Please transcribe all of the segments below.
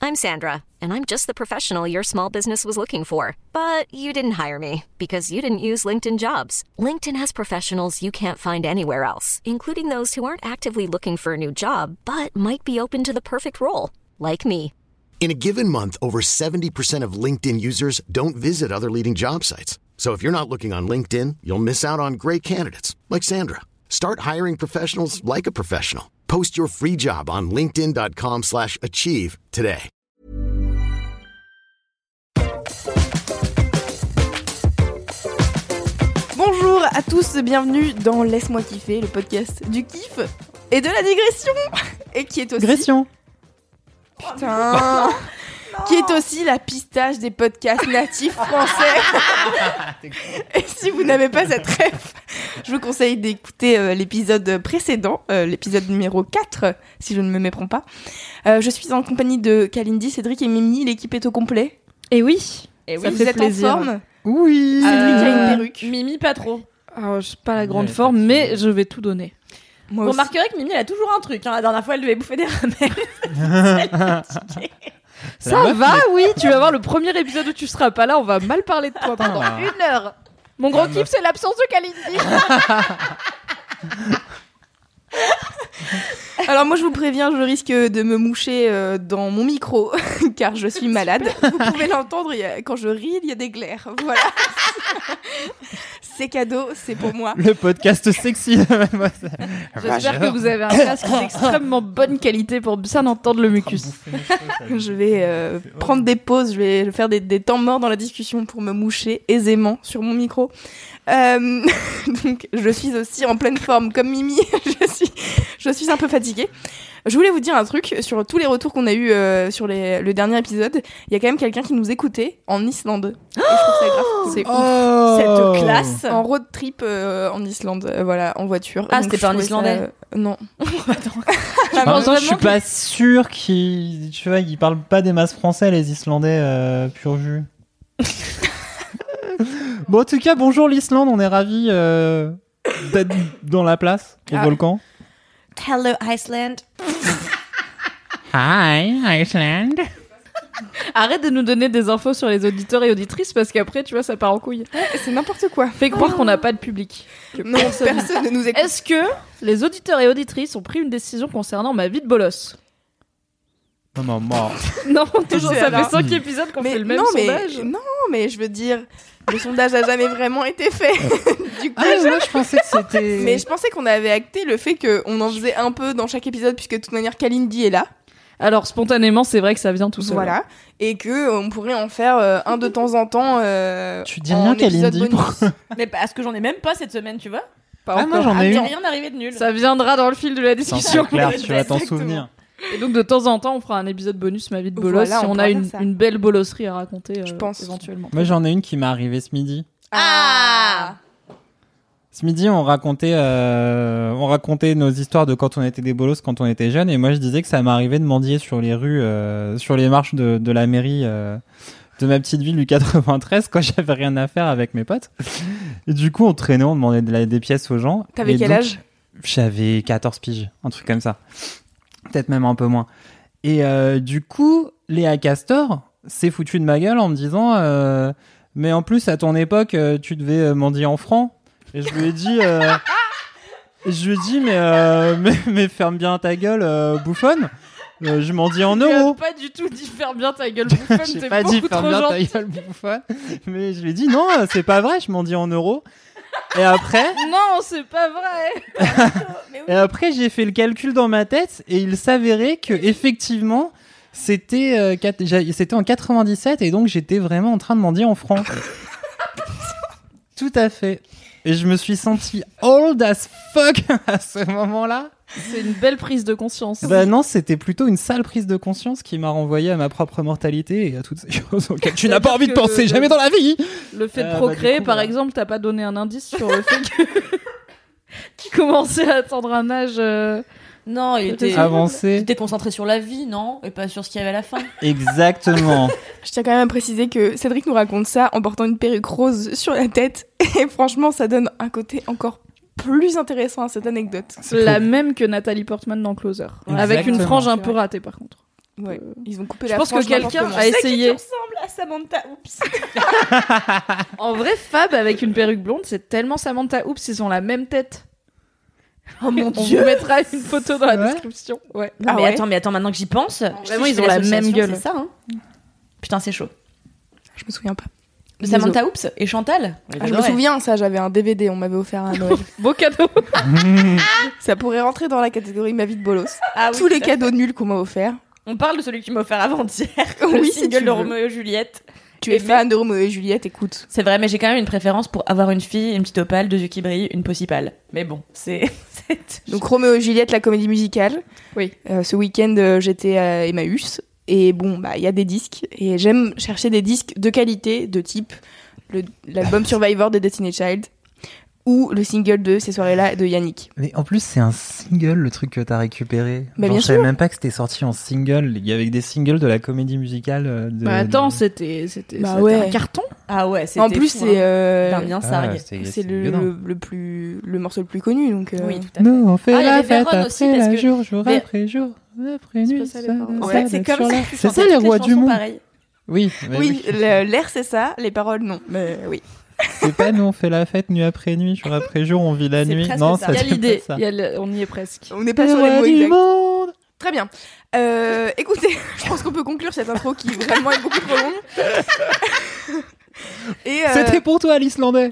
I'm Sandra, and I'm just the professional your small business was looking for. But you didn't hire me because you didn't use LinkedIn Jobs. LinkedIn has professionals you can't find anywhere else, including those who aren't actively looking for a new job, but might be open to the perfect role, like me. In a given month, over 70% of LinkedIn users don't visit other leading job sites. So if you're not looking on LinkedIn, you'll miss out on great candidates like Sandra. Start hiring professionals like a professional. Post your free job on linkedin.com/achieve today. Bonjour à tous, bienvenue dans Laisse-moi kiffer, le podcast du kiff et de la digression. Et qui est aussi... Digression. Putain. Qui est aussi la pistache des podcasts natifs français. Et si vous n'avez pas cette ref, je vous conseille d'écouter l'épisode précédent, l'épisode numéro 4, si je ne me méprends pas. Je suis en compagnie de Kalindi, Cédric et Mimi, l'équipe est au complet. Et oui, ça vous êtes plaisir. En forme? Oui. Cédric a une perruque. Mimi pas trop. Alors, je suis pas la grande forme, mais je vais tout donner. Moi Vous aussi. remarquerez que Mimi elle a toujours un truc. La dernière fois elle devait bouffer des ramen. Ça va, oui. Tu vas voir le premier épisode où tu seras pas là, on va mal parler de toi pendant 1 heure. Mon gros kiff, c'est l'absence de Kalindi. Alors moi je vous préviens, je risque de me moucher dans mon micro car je suis malade. Vous pouvez l'entendre, quand je ris, il y a des glaires. Voilà. C'est cadeau, c'est pour moi. Le podcast sexy de mademoiselle. J'espère que vous avez un casque d'extrêmement bonne qualité pour bien entendre le mucus. Je vais prendre des pauses, je vais faire des temps morts dans la discussion pour me moucher aisément sur mon micro. Donc je suis aussi en pleine forme comme Mimi. Je suis un peu fatiguée. Je voulais vous dire un truc sur tous les retours qu'on a eu sur le dernier épisode. Il y a quand même quelqu'un qui nous écoutait en Islande. Et je trouve ça grave. C'est ouf. Cette classe en road trip en Islande, voilà, en voiture. Ah, Donc, c'était pas un je trouvais Islandais non. Je suis pas sûr qu'ils, tu vois, ils parlent pas des masses français, les Islandais pur jus. Bon, en tout cas, bonjour l'Islande, on est ravis d'être dans la place, au volcan. Hello Iceland. Hi Iceland. Arrête de nous donner des infos sur les auditeurs et auditrices parce qu'après, tu vois, ça part en couille. C'est n'importe quoi. Fais croire qu'on n'a pas de public. Non, personne ne nous écoute. Est-ce que les auditeurs et auditrices ont pris une décision concernant ma vie de bolos? Non, mort. Non, toujours, ça Alors, fait 5 épisodes qu'on fait le même non, sondage. Non, mais je veux dire, le sondage n'a jamais vraiment été fait. Du coup, Moi, je pensais que c'était... mais je pensais qu'on avait acté le fait qu'on en faisait un peu dans chaque épisode, puisque de toute manière, Kalindi est là. Alors, spontanément, c'est vrai que ça vient tout seul. Voilà. Et qu'on pourrait en faire un de temps en temps. Tu dis rien, Kalindi. Mais parce que j'en ai même pas cette semaine, tu vois. Pas moi, encore. j'en ai Il eu. n'y a rien d'arrivé de nul. Ça viendra dans le fil de la discussion. C'est clair, tu vas t'en Exactement. souvenir. Et donc, de temps en temps, on fera un épisode bonus, ma vie de bolos, Voilà, si on on a pourra faire ça. une belle bolosserie à raconter, Je pense. éventuellement. Moi, j'en ai une qui m'est arrivée ce midi. Ah Ce midi, on racontait nos histoires de quand on était des bolos, quand on était jeunes. Et moi, je disais que ça m'arrivait de mendier sur les rues, sur les marches de la mairie de ma petite ville du 93 quand j'avais rien à faire avec mes potes. Et du coup, on traînait, on demandait des pièces aux gens. T'avais Et quel donc, âge? J'avais 14 piges, un truc comme ça. Peut-être même un peu moins. Et du coup, Léa Castor s'est foutue de ma gueule en me disant mais en plus, à ton époque, tu devais mendier en francs. Et je lui ai dit, mais ferme bien ta gueule, bouffonne. Je mendie en euros. Tu n'as pas du tout dit faire bien ta gueule bouffonne, J'ai t'es pas dit beaucoup ferme trop bien ta gentil. gueule, bouffonne. Mais je lui ai dit non, c'est pas vrai, je mendie en euros. Et après, Non, c'est pas vrai. et après, j'ai fait le calcul dans ma tête et il s'avérait que effectivement, c'était en 97 et donc j'étais vraiment en train de mendier en francs. Tout à fait. Et je me suis senti old as fuck à ce moment-là. C'est une belle prise de conscience. Bah non, c'était plutôt une sale prise de conscience qui m'a renvoyé à ma propre mortalité et à toutes ces choses auxquelles tu n'as pas envie de penser jamais dans la vie. Le fait de du procréer, coup, par voilà. exemple, t'as pas donné un indice sur le fait que qu'il commençait à atteindre un âge. Non, il était avancé. concentré sur la vie, non? Et pas sur ce qu'il y avait à la fin. Exactement. Je tiens quand même à préciser que Cédric nous raconte ça en portant une perruque rose sur la tête. Et franchement, ça donne un côté encore plus intéressant à cette anecdote. La même que Nathalie Portman dans Closer. Avec une Exactement. frange un peu ratée, par contre. Ouais. Ils ont coupé Je la pense que frange quelqu'un n'importe a essayé. Tu ressembles à Samantha Oops. En vrai, Fab avec une perruque blonde, c'est tellement Samantha Oops, ils ont la même tête. Oh mon On dieu. vous mettra une photo dans la Ouais. description. Ouais. Non, Ah mais ouais. attends, maintenant que j'y pense, Vraiment, si ils je ont fais la l'association, même gueule. C'est ça, hein. Putain, c'est chaud. Je me souviens pas. De Samantha Oops et Chantal. Ah, je me souviens, ça, j'avais un DVD, on m'avait offert à Noël. Beau cadeau. Ça pourrait rentrer dans la catégorie Ma vie de bolos. Ah, oui, Tous les tout à fait. cadeaux nuls qu'on m'a offerts. On parle de celui que tu m'as offert avant-hier. Oui, le si single tu de veux. Roméo et Juliette. Tu es fan de Roméo et Juliette, écoute. C'est vrai, mais j'ai quand même une préférence pour avoir une fille, une petite opale, 2 yeux qui brillent, une peau si pâle. Mais bon, c'est... Donc Roméo et Juliette, la comédie musicale. Oui. Ce week-end, j'étais à Emmaüs. Et bon, bah, il y a des disques. Et j'aime chercher des disques de qualité, de type l'album Survivor de Destiny's Child ou le single de Ces soirées-là de Yannick. Mais en plus, c'est un single, le truc que t'as récupéré. Bah, Genre, bien je savais sûr. même pas que c'était sorti en single. Il y avait des singles de la comédie musicale. Bah attends, c'était Bah c'était ouais. un carton. Ah ouais, c'était En plus, fou, c'est Damien Sargue. c'est le morceau le plus connu. Donc, Oui, tout à fait. Nous, on fait Ah, il y la avait fête Véron après aussi, parce la que- jour Mais- après jour, après nuit. pas ça, les paroles. En fait, c'est comme ça. C'est ça les rois du monde. Pareil. Oui, mais oui, l'air c'est ça, les paroles non. Mais oui. C'est pas nous, on fait la fête nuit après nuit, jour après jour, on vit la C'est nuit. presque Non, ça. ça Il y a dit l'idée, pas ça. on y est presque. On n'est pas Les sur les rois mots du exacts. monde. Très bien. Écoutez, je pense qu'on peut conclure cette intro qui vraiment est beaucoup trop longue. Et C'était pour toi, l'Islandais.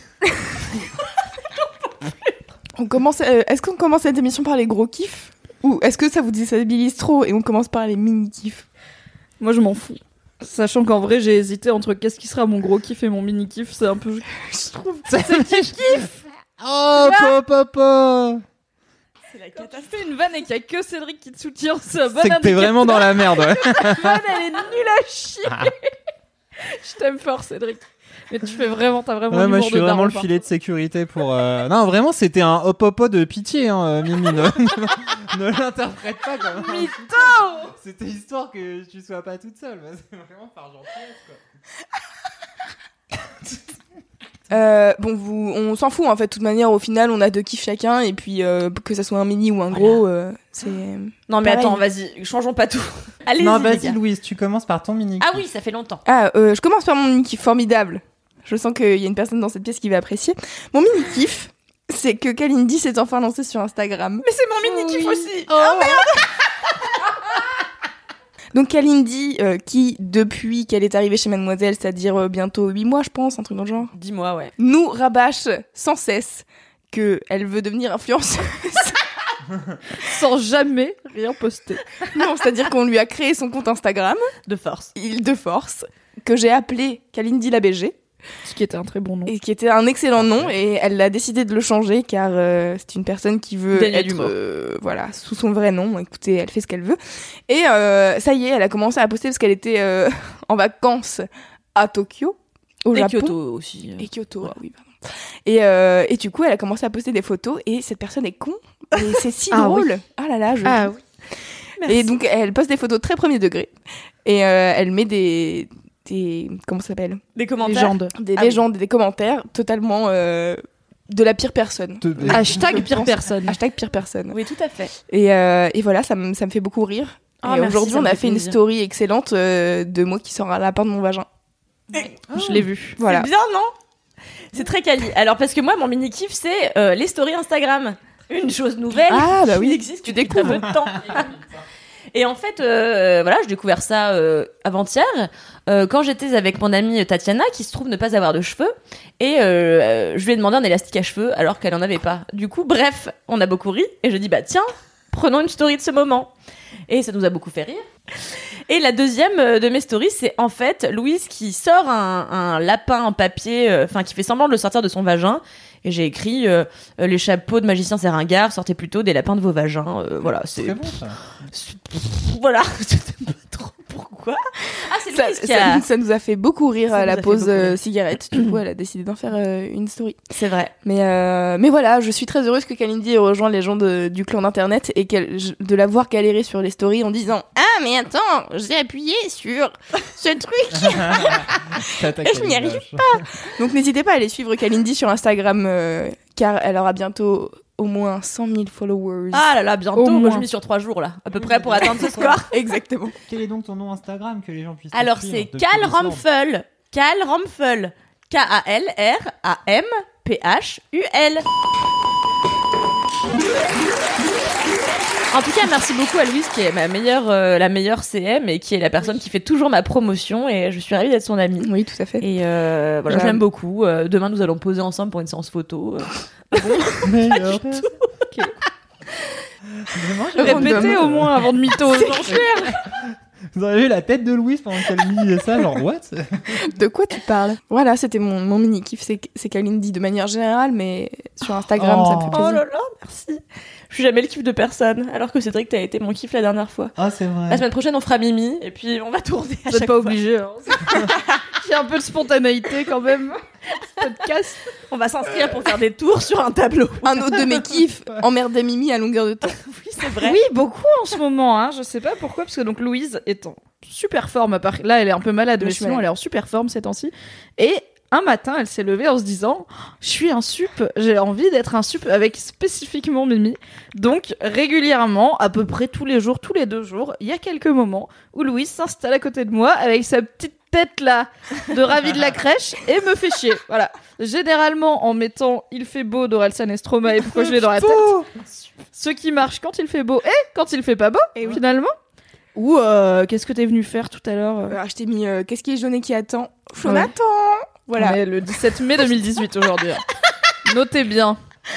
on commence. Est-ce qu'on commence cette émission par les gros kiffs ou est-ce que ça vous déstabilise trop et on commence par les mini kiffs? Moi, je m'en fous. Sachant qu'en vrai, j'ai hésité entre qu'est-ce qui sera mon gros kiff et mon mini kiff. C'est un peu. Je trouve. C'est kiff. Oh, papa. C'est la Quand tu fais une vanne et qu'il y a que Cédric qui te soutient, c'est un bon C'est que t'es vraiment dans la merde, ouais. vanne, elle est nulle à chier. Je t'aime fort, Cédric. Mais t'as vraiment Ouais, l'humour moi je suis de vraiment daron, le filet de sécurité pour. Non, vraiment, c'était un hop-hop de pitié, hein, Mimi. Ne l'interprète pas comme un. Mytho. C'était histoire que tu sois pas toute seule. mais C'est vraiment par gentillesse, quoi. On s'en fout en fait. De toute manière, au final, on a 2 kiffs chacun et puis que ça soit un mini ou un gros, c'est. Non mais Pareil. attends, vas-y, changeons pas tout. Allez-y, Non, les vas-y, gars. Louise, tu commences par ton mini. Ah oui, ça fait longtemps. Je commence par mon mini kiff formidable. Je sens qu'il y a une personne dans cette pièce qui va apprécier. Mon mini kiff, c'est que Kalindi s'est enfin lancée sur Instagram. Mais c'est mon mini kiff aussi. Oh merde. Donc Kalindi, qui depuis qu'elle est arrivée chez Mademoiselle, c'est-à-dire bientôt 8 mois je pense, un truc dans le genre, Dis-moi, ouais. nous rabâche sans cesse qu'elle veut devenir influenceuse. Sans jamais rien poster. Non, c'est-à-dire qu'on lui a créé son compte Instagram, De force. il de force, que j'ai appelé Kalindi la BG, Ce qui était un très bon nom. et qui était un excellent nom, et elle a décidé de le changer car c'est une personne qui veut Daniel être Dumas. voilà, sous son vrai nom. Écoutez, elle fait ce qu'elle veut. Et ça y est, elle a commencé à poster parce qu'elle était en vacances à Tokyo, au Et Japon. Kyoto aussi. Et Kyoto, oui, pardon. Et du coup, elle a commencé à poster des photos et cette personne est con. Et c'est si Ah drôle. Ah là là, Ah oui. Et donc, elle poste des photos très premier degré. Et elle met des comment ça s'appelle? Des commentaires. Légende. Des Ah légendes, des commentaires totalement de la pire personne. Hashtag Je pire pense. personne. Hashtag pire personne. Oui, tout à fait. Et voilà, ça me fait beaucoup rire. Ah, et merci, aujourd'hui, ça on me a fait fait une plaisir. story excellente de moi qui sort un lapin de mon vagin. Je l'ai vu. Voilà. C'est bien, non? C'est très quali. Alors, parce que moi, mon mini kiff, c'est les stories Instagram. Une chose nouvelle. Ah, bah qui oui. n'existe Tu depuis très découvres. peu de temps. Et en fait, voilà, j'ai découvert ça avant-hier, quand j'étais avec mon amie Tatiana, qui se trouve ne pas avoir de cheveux, et je lui ai demandé un élastique à cheveux, alors qu'elle en avait pas. Du coup, bref, on a beaucoup ri, et je dis, bah tiens, prenons une story de ce moment. Et ça nous a beaucoup fait rire. Et la deuxième de mes stories, c'est en fait Louise qui sort un lapin en papier, enfin qui fait semblant de le sortir de son vagin. Et j'ai écrit les chapeaux de magicien c'est ringard, sortez plutôt des lapins de vos vagins. Voilà, c'est Très bon, ça. voilà. Je sais pas trop pourquoi. Ah, c'est Louise qui a. Ça nous a fait beaucoup rire Ça à nous la a fait pause beaucoup rire. cigarette. Du coup, elle a décidé d'en faire une story. C'est vrai. Mais voilà, je suis très heureuse que Kalindi ait rejoint les gens du clan d'internet et de la voir galérer sur les stories en disant ah mais attends, j'ai appuyé sur ce truc. Je n'y arrive pas. Donc n'hésitez pas à aller suivre Kalindi sur Instagram car elle aura bientôt au moins 100 000 followers. Ah là là, bientôt. Au Moi, moins. je mis sur 3 jours là, à peu près pour atteindre ce score. Exactement. Quel est donc ton nom Instagram que les gens puissent Alors t'écrire c'est depuis Cal l'Islande Ramphel. Cal Ramphel. KALRAMPHUL. En tout cas, merci beaucoup à Louise qui est la meilleure CM et qui est la personne qui fait toujours ma promotion et je suis ravie d'être son amie. Oui, tout à fait. Et voilà, je l'aime beaucoup. Demain, nous allons poser ensemble pour une séance photo. Meilleur. Ok. Vraiment, Répétez au moins avant de mytho. Vous avez vu la tête de Louise pendant qu'elle lisait ça, genre what? De quoi tu parles? Voilà, c'était mon mini-kiff, c'est Kalindi de manière générale, mais sur Instagram, ça me fait Oh plaisir. là là, merci. Je suis jamais le kiff de personne, alors que Cédric, t'as été mon kiff la dernière fois. Ah, c'est vrai. La semaine prochaine, on fera Mimi, et puis on va tourner à Vous chaque n'êtes pas fois. obligé. Hein. Il y a un peu de spontanéité quand même. Ce podcast. On va s'inscrire pour faire des tours sur un tableau. Un autre de mes kiffs, emmerder Mimi à longueur de temps. Oui, c'est vrai. Oui, beaucoup en ce moment. Hein. Je sais pas pourquoi, parce que donc Louise est en super forme. Là, elle est un peu malade, Oui, mais je suis sinon, malade. elle est en super forme ces temps-ci. Et un matin, elle s'est levée en se disant je suis un sup, j'ai envie d'être un sup avec spécifiquement Mimi. Donc, régulièrement, à peu près tous les jours, tous les 2 jours, il y a quelques moments où Louise s'installe à côté de moi avec sa petite tête là de ravie de la crèche et me fait chier. Voilà. Généralement en mettant Il fait beau d'Orelsan et Stromae, pourquoi je l'ai dans la tête. Ce qui marche quand il fait beau et quand il fait pas beau, Et oui. finalement. Ou qu'est-ce que t'es venu faire tout à l'heure Je t'ai mis qu'est-ce qui est jaune et qui attend? Jonathan. Voilà. On est le 17 mai 2018 aujourd'hui. Notez bien.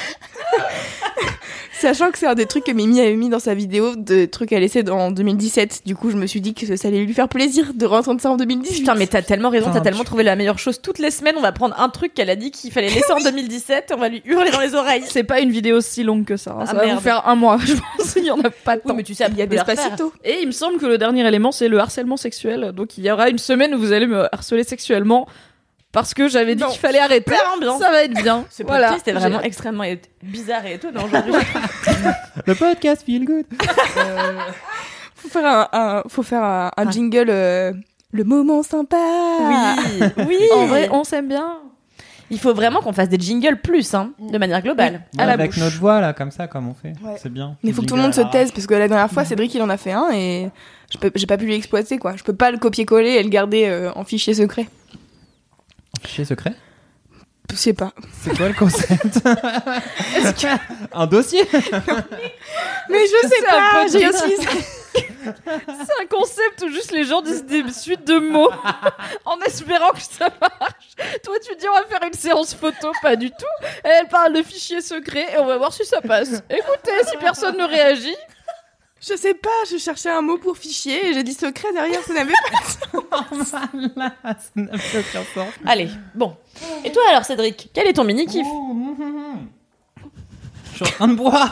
Sachant que c'est un des trucs que Mimi avait mis dans sa vidéo de trucs qu'elle essaie en 2017. Du coup, je me suis dit que ça allait lui faire plaisir de rentendre ça en 2018. Putain, mais t'as tellement raison, Putain, t'as tellement trouvé la meilleure chose. Toutes les semaines, on va prendre un truc qu'elle a dit qu'il fallait laisser en 2017, on va lui hurler dans les oreilles. C'est pas une vidéo si longue que ça. Hein. Ah, Ça va merde. vous faire 1 mois, je pense. Il y en a pas de temps. Oui, mais tu sais, il y a Despacito. Et il me semble que le dernier élément, c'est le harcèlement sexuel. Donc il y aura une semaine où vous allez me harceler sexuellement parce que j'avais dit Non, qu'il fallait arrêter. super ambiance. Ça va être bien. Ce Voilà. podcast était vraiment extrêmement bizarre et étonnant aujourd'hui. Le podcast feel good. Faut faire un jingle. Le moment sympa. Oui, oui. En vrai, on s'aime bien. Il faut vraiment qu'on fasse des jingles plus, hein, de manière globale. Ouais, À la avec bouche. notre voix là, comme ça, comme on fait. Ouais. C'est bien. Mais il faut que tout le monde se taise parce que la dernière fois, Cédric il en a fait un et j'ai pas pu l'exploiter quoi. Je peux pas le copier-coller et le garder en fichier secret. Fichier secret. Je sais pas. C'est quoi le concept? Un dossier? Mais je sais C'est un pas. J'ai podcast. utilisé. C'est un concept où juste les gens disent des suites de mots en espérant que ça marche. Toi, tu dis on va faire une séance photo, pas du tout. Elle parle de fichiers secrets et on va voir si ça passe. Écoutez, si personne ne réagit. Je sais pas. Je cherchais un mot pour fichier et j'ai dit secret derrière. Ça n'avait pas. Ça n'a fait aucun sens. Allez, bon. Et toi alors, Cédric, quel est ton mini-kiff? Je suis en train de boire.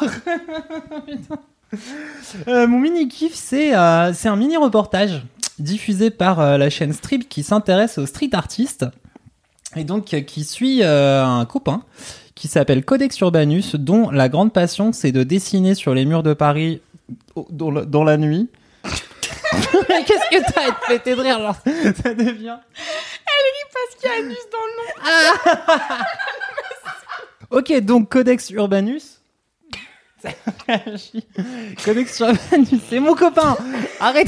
Putain. Mon mini-kiff, c'est un mini-reportage diffusé par la chaîne Strip qui s'intéresse aux street artistes et donc qui suit un copain qui s'appelle Codex Urbanus, dont la grande passion, c'est de dessiner sur les murs de Paris dans la nuit. Qu'est-ce que t'as à te péter de rire, genre, ça devient... Parce qu'il y a Anus dans le nom. Ok, donc Codex Urbanus. Codex Urbanus, c'est mon copain. Arrêtez.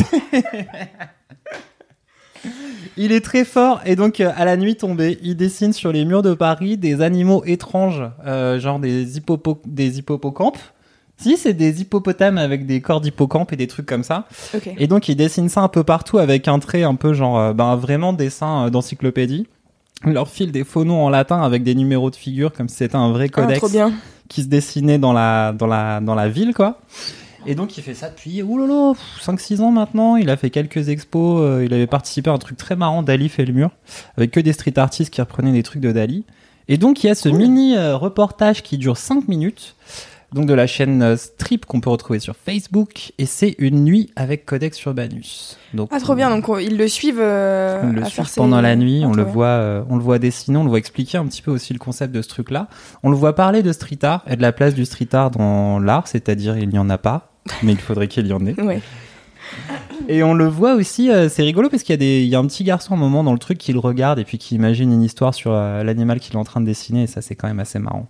Il est très fort et donc à la nuit tombée, il dessine sur les murs de Paris des animaux étranges, genre des hippocampes. Si, c'est des hippopotames avec des corps d'hippocampe et des trucs comme ça. Ok. Et donc, il dessine ça un peu partout avec un trait un peu genre, vraiment dessin d'encyclopédie. Il leur file des faux noms en latin avec des numéros de figures comme si c'était un vrai codex Trop bien. qui se dessinait dans la ville, quoi. Et donc, il fait ça depuis, 5-6 ans maintenant. Il a fait quelques expos. Il avait participé à un truc très marrant, Dali fait le mur, avec que des street artistes qui reprenaient des trucs de Dali. Et donc, il y a ce mini reportage qui dure 5 minutes. Donc de la chaîne Strip qu'on peut retrouver sur Facebook, et c'est une nuit avec Codex Urbanus. Donc Trop bien. Donc ils le suivent. on le à suit faire ses- pendant la nuit, on trop le bien. voit dessiner, on le voit expliquer un petit peu aussi le concept de ce truc-là. On le voit parler de street art et de la place du street art dans l'art, c'est-à-dire il n'y en a pas, mais il faudrait qu'il y en ait. Ouais. Et on le voit aussi, c'est rigolo parce qu'il y a un petit garçon à un moment dans le truc qui le regarde et puis qui imagine une histoire sur l'animal qu'il est en train de dessiner, et ça c'est quand même assez marrant.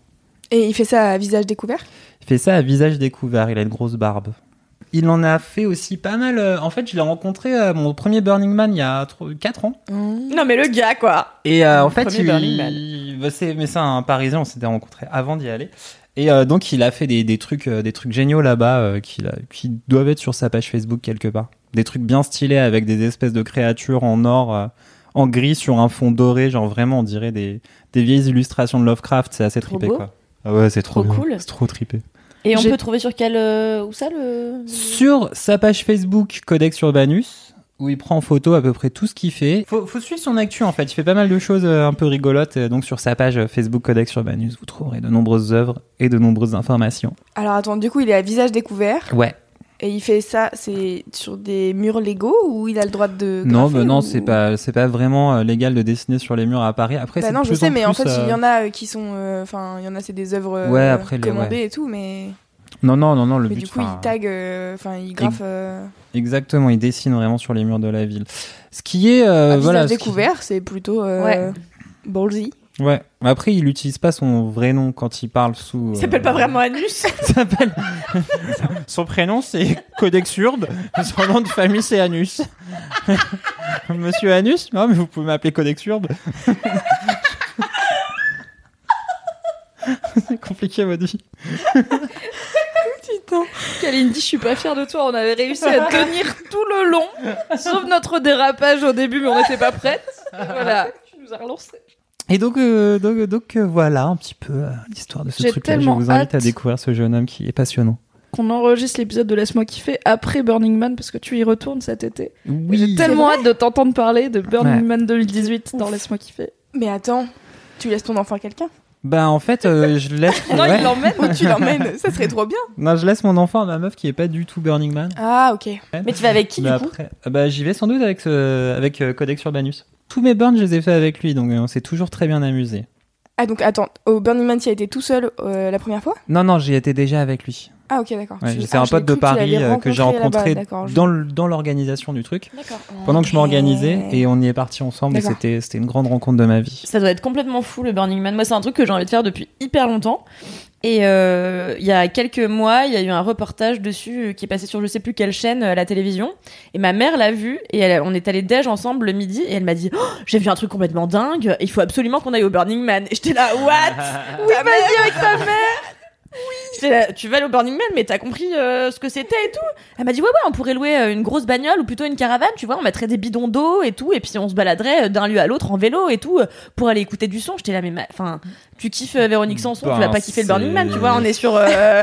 Et il fait ça à visage découvert? Il fait ça à visage découvert, il a une grosse barbe. Il en a fait aussi pas mal. En fait, je l'ai rencontré à mon premier Burning Man il y a 4 ans. Non, mais le gars, quoi. Et en fait, Burning Man. c'est un Parisien, on s'était rencontrés avant d'y aller. Et donc, il a fait des trucs géniaux là-bas qui doivent être sur sa page Facebook quelque part. Des trucs bien stylés avec des espèces de créatures en or, en gris sur un fond doré. Genre vraiment, on dirait des vieilles illustrations de Lovecraft. C'est assez Trop trippé, beau. quoi. Ah ouais, c'est trop cool. C'est trop trippé. Et on peut trouver sur quel... où ça, le... Sur sa page Facebook Codex Urbanus, où il prend en photo à peu près tout ce qu'il fait. Faut suivre son actu, en fait. Il fait pas mal de choses un peu rigolotes. Donc sur sa page Facebook Codex Urbanus, vous trouverez de nombreuses œuvres et de nombreuses informations. Alors attends, du coup, il est à visage découvert. Ouais. Et il fait ça, c'est sur des murs légaux ou il a le droit de Non, graffer, non, ou... c'est pas vraiment légal de dessiner sur les murs à Paris. Après, c'est non, de je plus sais, en mais plus, en fait, il y en a qui sont, il y en a, c'est des œuvres Ouais, après, commandées et tout, mais. Non, le mais but. du coup, il tag, il graffe. Exactement, il dessine vraiment sur les murs de la ville. Ce qui est, à voilà. visage découvert, c'est plutôt ballsy. Ouais. Après, il n'utilise pas son vrai nom quand il parle sous. Il s'appelle pas vraiment Anus. Son prénom, c'est Codex Urbe. Son nom de famille, c'est Anus. Monsieur Anus? Non, mais vous pouvez m'appeler Codex Urbe. C'est compliqué, votre vie. Putain. Kalindi, je suis pas fière de toi. On avait réussi à tenir tout le long. Sauf notre dérapage au début, mais on n'était pas prêtes. Voilà. Tu nous as relancé. Et donc voilà un petit peu l'histoire de ce truc-là. Je vous invite à découvrir ce jeune homme qui est passionnant. Qu'on enregistre l'épisode de Laisse-moi kiffer après Burning Man parce que tu y retournes cet été. Oui. J'ai tellement hâte de t'entendre parler de Burning Man 2018 dans Laisse-moi kiffer. Mais attends, tu laisses ton enfant à quelqu'un? Bah en fait, je laisse. Non, il l'emmène. Ou tu l'emmènes? Ça serait trop bien. Non, je laisse mon enfant à ma meuf qui est pas du tout Burning Man. Ah ok. Mais tu vas avec qui, du coup? Bah j'y vais sans doute avec Codex Urbanus. Tous mes burns, je les ai fait avec lui, donc on s'est toujours très bien amusé. Ah donc attends, au Burning Man, tu as été tout seul la première fois? Non, j'y étais déjà avec lui. Ah ok, d'accord. Ouais, c'est un pote de Paris que j'ai rencontré dans l'organisation du truc. D'accord. Pendant que je m'organisais, et on y est partis ensemble, et c'était une grande rencontre de ma vie. Ça doit être complètement fou, le Burning Man. Moi, c'est un truc que j'ai envie de faire depuis hyper longtemps. Et il y a quelques mois, il y a eu un reportage dessus qui est passé sur je sais plus quelle chaîne à la télévision. Et ma mère l'a vu, et on est allés déj ensemble le midi, et elle m'a dit j'ai vu un truc complètement dingue, il faut absolument qu'on aille au Burning Man. Et j'étais là, what? Oui, vas-y avec ta mère. Oui. J'étais là, tu vas aller au Burning Man, mais t'as compris ce que c'était et tout? Elle m'a dit ouais, on pourrait louer une grosse bagnole ou plutôt une caravane, tu vois, on mettrait des bidons d'eau et tout, et puis on se baladerait d'un lieu à l'autre en vélo et tout pour aller écouter du son. J'étais là, mais enfin, tu kiffes Véronique Sanson, tu vas pas kiffer le Burning Man, tu vois, on est sur,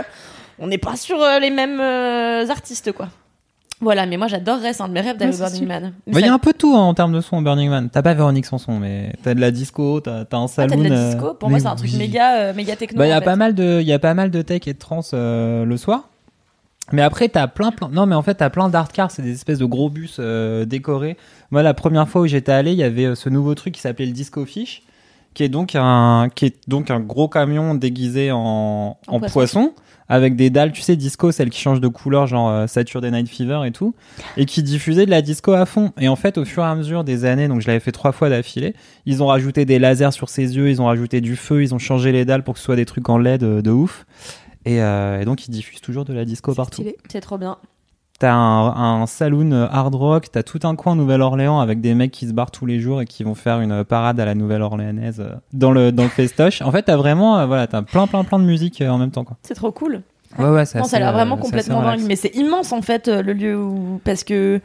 on n'est pas sur les mêmes artistes, quoi. Voilà, mais moi j'adorerais, c'est un de mes rêves d'aller au Burning Man. Il y a un peu tout en termes de son au Burning Man. T'as pas Véronique Sanson, mais t'as de la disco, t'as un saloon. T'as de la disco. Pour moi, c'est un truc méga techno. Bah, il y a pas mal de tech et de trance le soir. Mais après, t'as plein. Non, mais en fait, t'as plein d'art cars, c'est des espèces de gros bus décorés. Moi, la première fois où j'étais allé, il y avait ce nouveau truc qui s'appelait le Disco Fish, qui est donc un gros camion déguisé en poisson. Avec des dalles, tu sais, disco, celles qui changent de couleur, genre Saturday Night Fever et tout, et qui diffusaient de la disco à fond. Et en fait, au fur et à mesure des années, donc je l'avais fait 3 fois d'affilée, ils ont rajouté des lasers sur ses yeux, ils ont rajouté du feu, ils ont changé les dalles pour que ce soit des trucs en LED de ouf. Et donc, ils diffusent toujours de la disco partout. Stylé. C'est trop bien. T'as un saloon hard rock, t'as tout un coin Nouvelle-Orléans avec des mecs qui se barrent tous les jours et qui vont faire une parade à la Nouvelle-Orléanaise dans le festoche. En fait, t'as vraiment, t'as plein de musique en même temps, quoi. C'est trop cool. Ouais, ça a l'air vraiment complètement dingue, mais c'est immense en fait le lieu où, parce que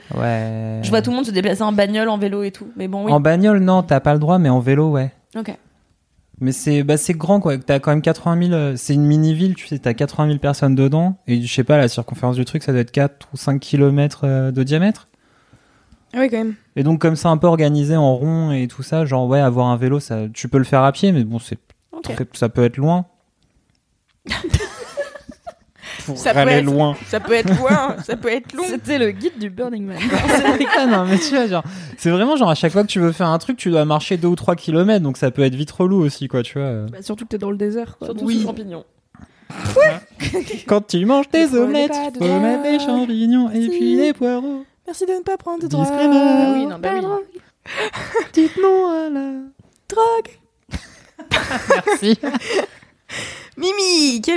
je vois tout le monde se déplacer en bagnole, en vélo et tout. Mais bon, oui. En bagnole, non, t'as pas le droit, mais en vélo, ouais. Ok. Mais c'est grand, quoi. T'as quand même 80 000. C'est une mini-ville, tu sais, t'as 80 000 personnes dedans. Et je sais pas, la circonférence du truc, ça doit être 4 ou 5 km de diamètre. Oui, quand même. Et donc, comme c'est un peu organisé en rond et tout ça, genre, ouais, avoir un vélo, ça, tu peux le faire à pied, mais bon, ça peut être loin. Ça peut être loin. Ça peut être loin, ça peut être long. C'était le guide du Burning Man. Non, mais tu vois, genre, c'est vraiment genre à chaque fois que tu veux faire un truc, tu dois marcher 2 ou 3 km, donc ça peut être vite relou aussi, quoi, tu vois. Bah, surtout que t'es dans le désert, quoi. Surtout sous champignons. Quand tu manges tes omelettes, faut mettre des champignons et puis des poireaux. Merci de ne pas prendre de drogue. Ah oui, non, bah oui. Dites non à la drogue. Merci. Mimi,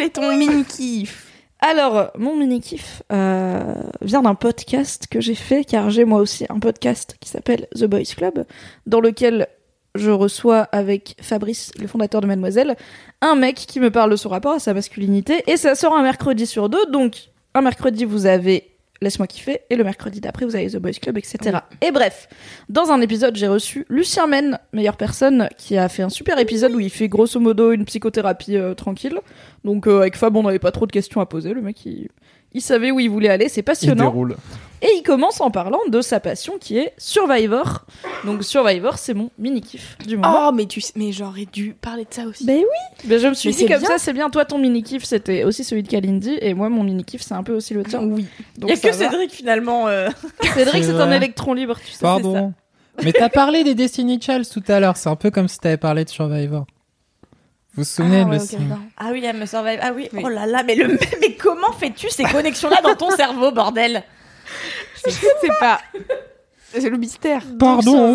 quel est ton mini-kiff ? Alors, mon mini-kiff vient d'un podcast que j'ai fait, car j'ai moi aussi un podcast qui s'appelle The Boys Club, dans lequel je reçois avec Fabrice, le fondateur de Mademoiselle, un mec qui me parle de son rapport à sa masculinité, et ça sort un mercredi sur 2, donc un mercredi vous avez Laisse-moi kiffer, et le mercredi d'après vous avez The Boys Club, etc. Oui. Et bref, dans un épisode j'ai reçu Lucien Men, meilleure personne, qui a fait un super épisode où il fait grosso modo une psychothérapie tranquille. Donc avec Fab on n'avait pas trop de questions à poser, le mec il savait où il voulait aller, c'est passionnant. Il déroule. Et il commence en parlant de sa passion qui est Survivor. Donc Survivor, c'est mon mini-kiff du moment. Oh, mais j'aurais dû parler de ça aussi. Ben oui. Ben je me suis dit comme bien. ça, c'est bien. Toi, ton mini-kiff, c'était aussi celui de Kalindi. Et moi, mon mini-kiff, c'est un peu aussi le tien. Oui. Il y a que Cédric, finalement. Cédric, c'est un électron libre, tu sais. Pardon. Mais t'as parlé des Destiny Child tout à l'heure. C'est un peu comme si t'avais parlé de Survivor. Vous vous souvenez de okay, Ah oui, elle me survive. Ah oui. Oh là là, mais comment fais-tu ces connexions-là dans ton cerveau, bordel? C'est pas... C'est le mystère. Pardon.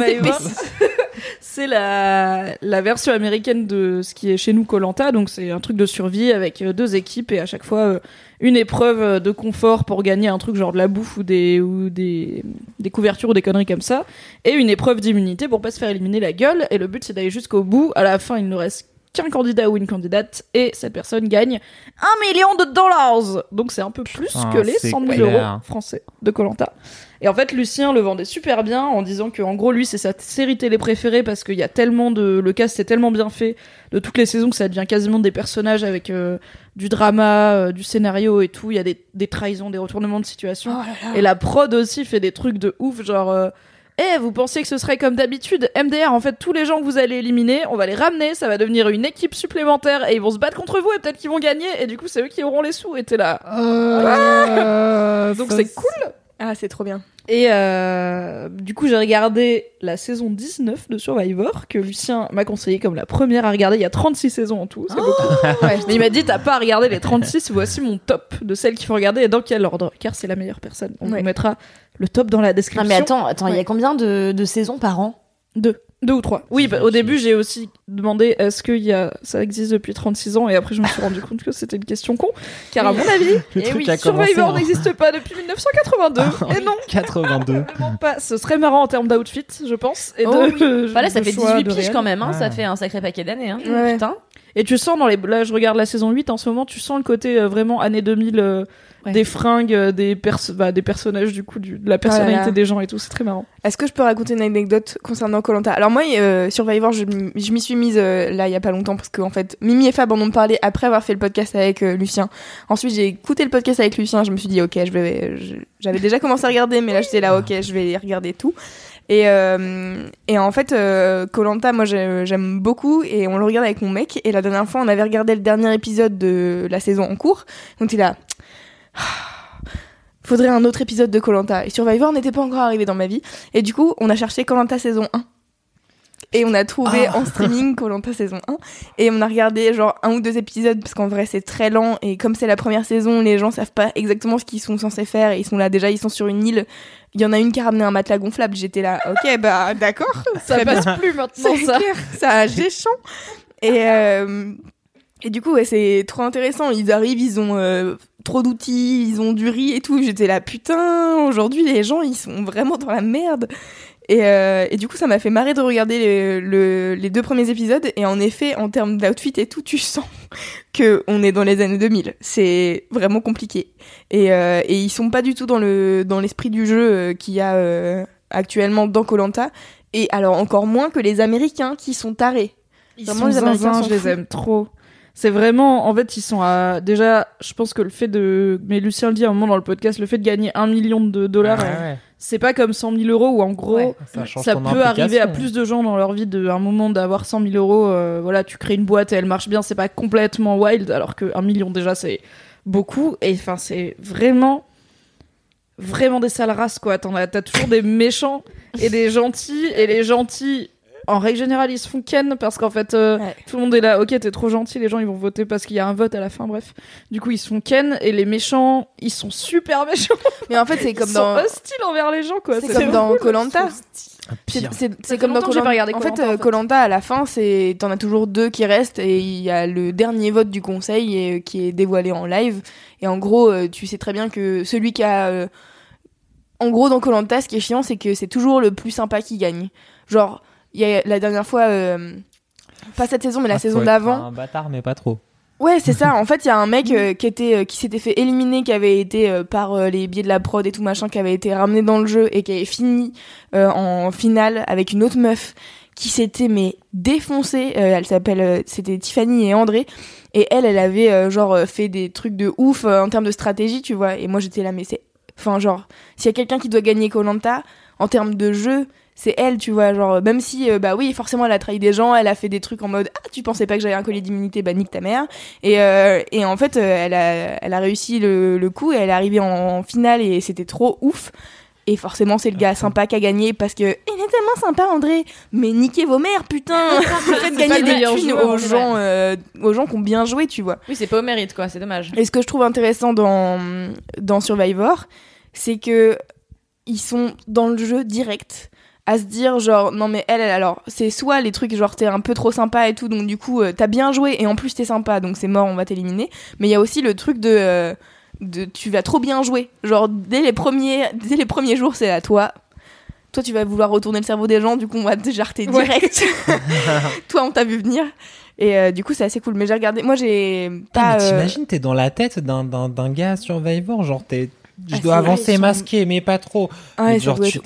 C'est la version américaine de ce qui est chez nous Koh-Lanta. Donc c'est un truc de survie avec 2 équipes et à chaque fois une épreuve de confort pour gagner un truc genre de la bouffe ou des couvertures ou des conneries comme ça, et une épreuve d'immunité pour pas se faire éliminer la gueule. Et le but c'est d'aller jusqu'au bout. À la fin il ne reste qu'un candidat ou une candidate et cette personne gagne $1 million. Donc c'est un peu plus que les 100 000 euros français de Koh-Lanta. Et en fait Lucien le vendait super bien en disant que en gros lui c'est sa série télé préférée parce qu'il y a tellement le cast est tellement bien fait de toutes les saisons que ça devient quasiment des personnages avec du drama, du scénario et tout. Il y a des trahisons, des retournements de situation. Et la prod aussi fait des trucs de ouf, genre vous pensiez que ce serait comme d'habitude, MDR, en fait tous les gens que vous allez éliminer, on va les ramener, ça va devenir une équipe supplémentaire et ils vont se battre contre vous et peut-être qu'ils vont gagner et du coup c'est eux qui auront les sous. Et t'es là donc c'est cool. Ah, c'est trop bien. Et du coup, j'ai regardé la saison 19 de Survivor, que Lucien m'a conseillé comme la première à regarder. Il y a 36 saisons en tout, c'est beaucoup. Ouais, mais il m'a dit, t'as pas à regarder les 36, voici mon top de celles qu'il faut regarder et dans quel ordre, car c'est la meilleure personne. On vous mettra le top dans la description. Ah mais attends, il y a combien de saisons par an? 2 ou 3. Oui, au début, j'ai aussi demandé est-ce que ça existe depuis 36 ans et après je me suis rendu compte que c'était une question con, car à mon avis, Survivor n'existe pas depuis 1982. Et non, 82. Vraiment pas. Ce serait marrant en termes d'outfit, je pense. Et voilà, ça fait 18 piges quand même, hein. Ouais. Ça fait un sacré paquet d'années. Hein. Ouais. Putain. Et tu sens là, je regarde la saison 8 en ce moment, tu sens le côté vraiment années 2000. Des fringues, des personnages du coup, de la personnalité des gens et tout, c'est très marrant. Est-ce que je peux raconter une anecdote concernant Koh-Lanta ? Alors moi, Survivor, je m'y suis mise là il y a pas longtemps parce qu'en fait, Mimi et Fab en ont parlé après avoir fait le podcast avec Lucien. Ensuite, j'ai écouté le podcast avec Lucien, je me suis dit ok, j'avais déjà commencé à regarder, mais là j'étais là ok, je vais regarder tout. Et en fait, Koh-Lanta, moi j'aime beaucoup et on le regarde avec mon mec. Et la dernière fois, on avait regardé le dernier épisode de la saison en cours. Donc il là. Faudrait un autre épisode de Koh-Lanta. Et Survivor n'était pas encore arrivé dans ma vie. Et du coup, on a cherché Koh-Lanta saison 1. Et on a trouvé en streaming Koh-Lanta saison 1. Et on a regardé genre 1 ou 2 épisodes parce qu'en vrai c'est très lent. Et comme c'est la première saison, les gens savent pas exactement ce qu'ils sont censés faire. Et ils sont là déjà, ils sont sur une île. Il y en a une qui a ramené un matelas gonflable. J'étais là, ok, bah d'accord. Ça passe plus maintenant ça. Clair, ça géchant. Et du coup, ouais, c'est trop intéressant. Ils arrivent, ils ont trop d'outils, ils ont du riz et tout. J'étais là, putain, aujourd'hui, les gens, ils sont vraiment dans la merde. Et du coup, ça m'a fait marrer de regarder les 2 premiers épisodes. Et en effet, en termes d'outfit et tout, tu sens qu'on est dans les années 2000. C'est vraiment compliqué. Et ils sont pas du tout dans l'esprit du jeu qu'il y a actuellement dans Koh-Lanta. Et alors, encore moins que les Américains qui sont tarés. Vraiment, les Américains, je les aime trop. C'est vraiment, en fait, ils sont à, déjà, je pense que mais Lucien le dit à un moment dans le podcast, le fait de gagner $1 million, c'est pas comme 100 000 euros où en gros, ça peut arriver à plus de gens dans leur vie un moment d'avoir 100 000 euros, voilà, tu crées une boîte et elle marche bien, c'est pas complètement wild, alors que 1 million déjà c'est beaucoup, et enfin, c'est vraiment des sales races, quoi. T'as toujours des méchants et des gentils, et les gentils, en règle générale, ils se font ken parce qu'en fait, tout le monde est là, ok, t'es trop gentil, les gens ils vont voter parce qu'il y a un vote à la fin, bref. Du coup, ils se font ken et les méchants, ils sont super méchants. Mais en fait, c'est comme ils sont hostiles envers les gens, quoi. C'est comme dans Koh-Lanta. C'est comme dans longtemps que j'ai pas regardé En Koh-Lanta, fait, Koh-Lanta, à la fin, t'en as toujours 2 qui restent et il y a le dernier vote du conseil qui est dévoilé en live. Et en gros, tu sais très bien que celui qui a... En gros, dans Koh-Lanta, ce qui est chiant, c'est que c'est toujours le plus sympa qui gagne. Genre, il y a la dernière fois... pas cette saison, mais la saison d'avant. Un bâtard, mais pas trop. Ouais, c'est ça. En fait, il y a un mec qui s'était fait éliminer, qui avait été par les biais de la prod et tout machin, qui avait été ramené dans le jeu et qui avait fini en finale avec une autre meuf qui s'était défoncée. C'était Tiffany et André. Et elle avait fait des trucs de ouf en termes de stratégie, tu vois. Et moi, j'étais là, mais c'est... Enfin, genre, s'il y a quelqu'un qui doit gagner Koh-Lanta, en termes de jeu... c'est elle, tu vois, genre, même si, oui, forcément, elle a trahi des gens, elle a fait des trucs en mode, tu pensais pas que j'avais un collier d'immunité, nique ta mère. Et en fait, elle a réussi le coup, et elle est arrivée en finale, et c'était trop ouf. Et forcément, c'est le gars sympa qui a gagné, parce que, il est tellement sympa, André, mais niquez vos mères, putain. Faites gagner des thunes aux gens qui ont bien joué, tu vois. Oui, c'est pas au mérite, quoi, c'est dommage. Et ce que je trouve intéressant dans Survivor, c'est que ils sont dans le jeu direct, à se dire genre non mais elle alors c'est soit les trucs genre t'es un peu trop sympa et tout donc du coup t'as bien joué et en plus t'es sympa donc c'est mort on va t'éliminer, mais il y a aussi le truc de tu vas trop bien jouer, genre dès les premiers jours c'est à toi tu vas vouloir retourner le cerveau des gens, du coup on va te jarter direct. Toi on t'a vu venir. Et du coup c'est assez cool, mais j'ai regardé, moi j'ai pas... mais t'imagines t'es dans la tête d'un gars Survivor, genre je dois avancer masqué, mais pas trop. Ouais, genre, tu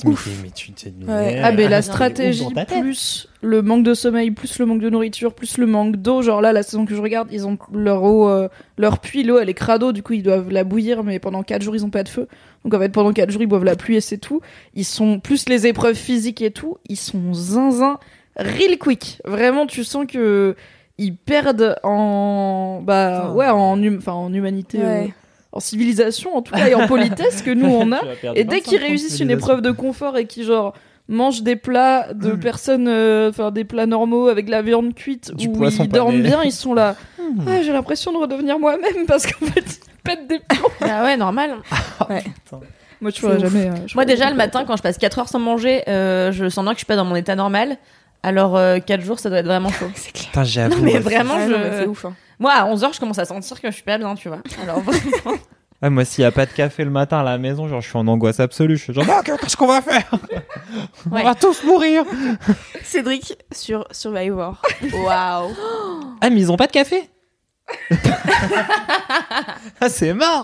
mais la stratégie, plus le manque de sommeil, plus le manque de nourriture, plus le manque d'eau. Genre là, la saison que je regarde, ils ont leur eau, leur puits, l'eau, elle est crado, du coup, ils doivent la bouillir, mais pendant 4 jours, ils ont pas de feu. Donc en fait, pendant 4 jours, ils boivent la pluie et c'est tout. Ils sont, plus les épreuves physiques et tout, ils sont zinzin, real quick. Vraiment, tu sens que ils perdent en humanité. Ouais. En civilisation en tout cas et en politesse que nous on a, et dès qu'ils réussissent une épreuve de confort et qu'ils genre mangent des plats de personnes, des plats normaux avec de la viande cuite où ils dorment bien, ils sont là j'ai l'impression de redevenir moi-même parce qu'en fait ils pètent des plombs. Ah ouais, normal. Ouais. Moi tu vois jamais moi déjà le matin quand je passe 4 heures sans manger, je sens bien que je suis pas dans mon état normal, alors 4 jours ça doit être vraiment chaud. C'est clair. Putain, j'avoue. Non mais vraiment c'est ouf hein. Moi, à 11h, je commence à sentir que je suis pas bien, tu vois. Alors, vraiment. Ouais, moi, s'il y a pas de café le matin à la maison, genre, je suis en angoisse absolue. Je suis genre, qu'est-ce qu'on va faire? On va tous mourir. Cédric sur Survivor. Waouh. Ah, mais ils ont pas de café? Ah, c'est mort.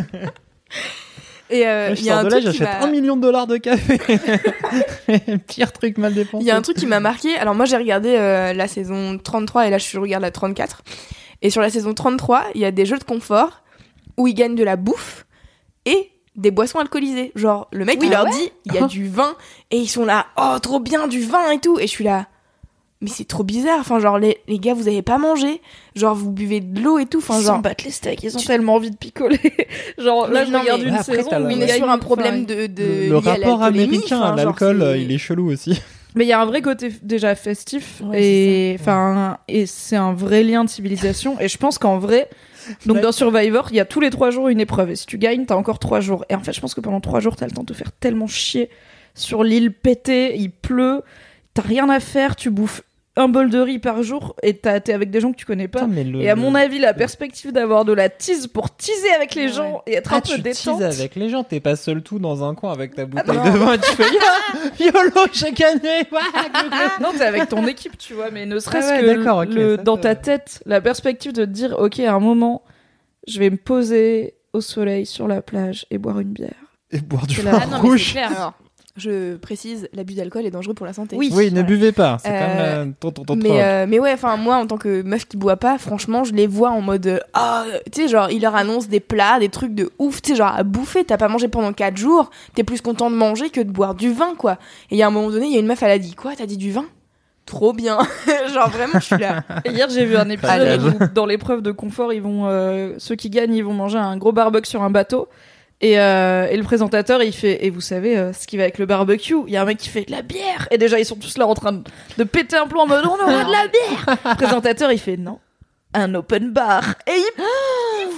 Et il y a un de là, truc j'achète $1 million de café. Pire truc mal dépensé. Il y a un truc qui m'a marqué. Alors moi j'ai regardé la saison 33 et là je regarde la 34. Et sur la saison 33, il y a des jeux de confort où ils gagnent de la bouffe et des boissons alcoolisées. Genre le mec il leur dit il y a du vin et ils sont là trop bien du vin et tout, et je suis là mais c'est trop bizarre, enfin genre les gars vous avez pas mangé, genre vous buvez de l'eau et tout, enfin ils genre s'en battent les steaks, ils ont tellement envie de picoler. Genre là je regarde une saison où il est sur un problème de le rapport américain à l'alcool, il est chelou aussi. Mais il y a un vrai côté déjà festif, et c'est un vrai lien de civilisation, et je pense qu'en vrai donc dans Survivor il y a tous les 3 jours une épreuve, et si tu gagnes t'as encore 3 jours, et en fait je pense que pendant 3 jours t'as le temps de te faire tellement chier sur l'île pétée, il pleut, t'as rien à faire, tu bouffes un bol de riz par jour et t'es avec des gens que tu connais pas. Et à mon avis, la perspective d'avoir de la tease pour teaser avec les gens et être un peu détente. Tu teases avec les gens, t'es pas seul tout dans un coin avec ta bouteille de vin, tu fais YOLO chaque année. Non, t'es avec ton équipe, tu vois, mais ne serait-ce que dans ta tête, la perspective de te dire, ok, à un moment, je vais me poser au soleil sur la plage et boire une bière. Et boire du vin rouge. Alors, je précise, l'abus d'alcool est dangereux pour la santé. Oui, ne buvez pas. C'est comme mais ouais, enfin moi en tant que meuf qui boit pas, franchement, je les vois en mode tu sais genre ils leur annoncent des plats, des trucs de ouf, tu sais genre à bouffer, t'as pas mangé pendant 4 jours, t'es plus content de manger que de boire du vin quoi. Et il y a un moment donné, il y a une meuf, elle a dit quoi, t'as dit du vin? Trop bien. Genre vraiment je suis là. Et hier j'ai vu un épisode où dans l'épreuve de confort, ils vont ceux qui gagnent, ils vont manger un gros barbecue sur un bateau. Et le présentateur, il fait, et vous savez ce qui va avec le barbecue, il y a un mec qui fait de la bière. Et déjà, ils sont tous là en train de péter un plomb en mode on aura de la bière. Le présentateur, il fait non, un open bar. Et ils font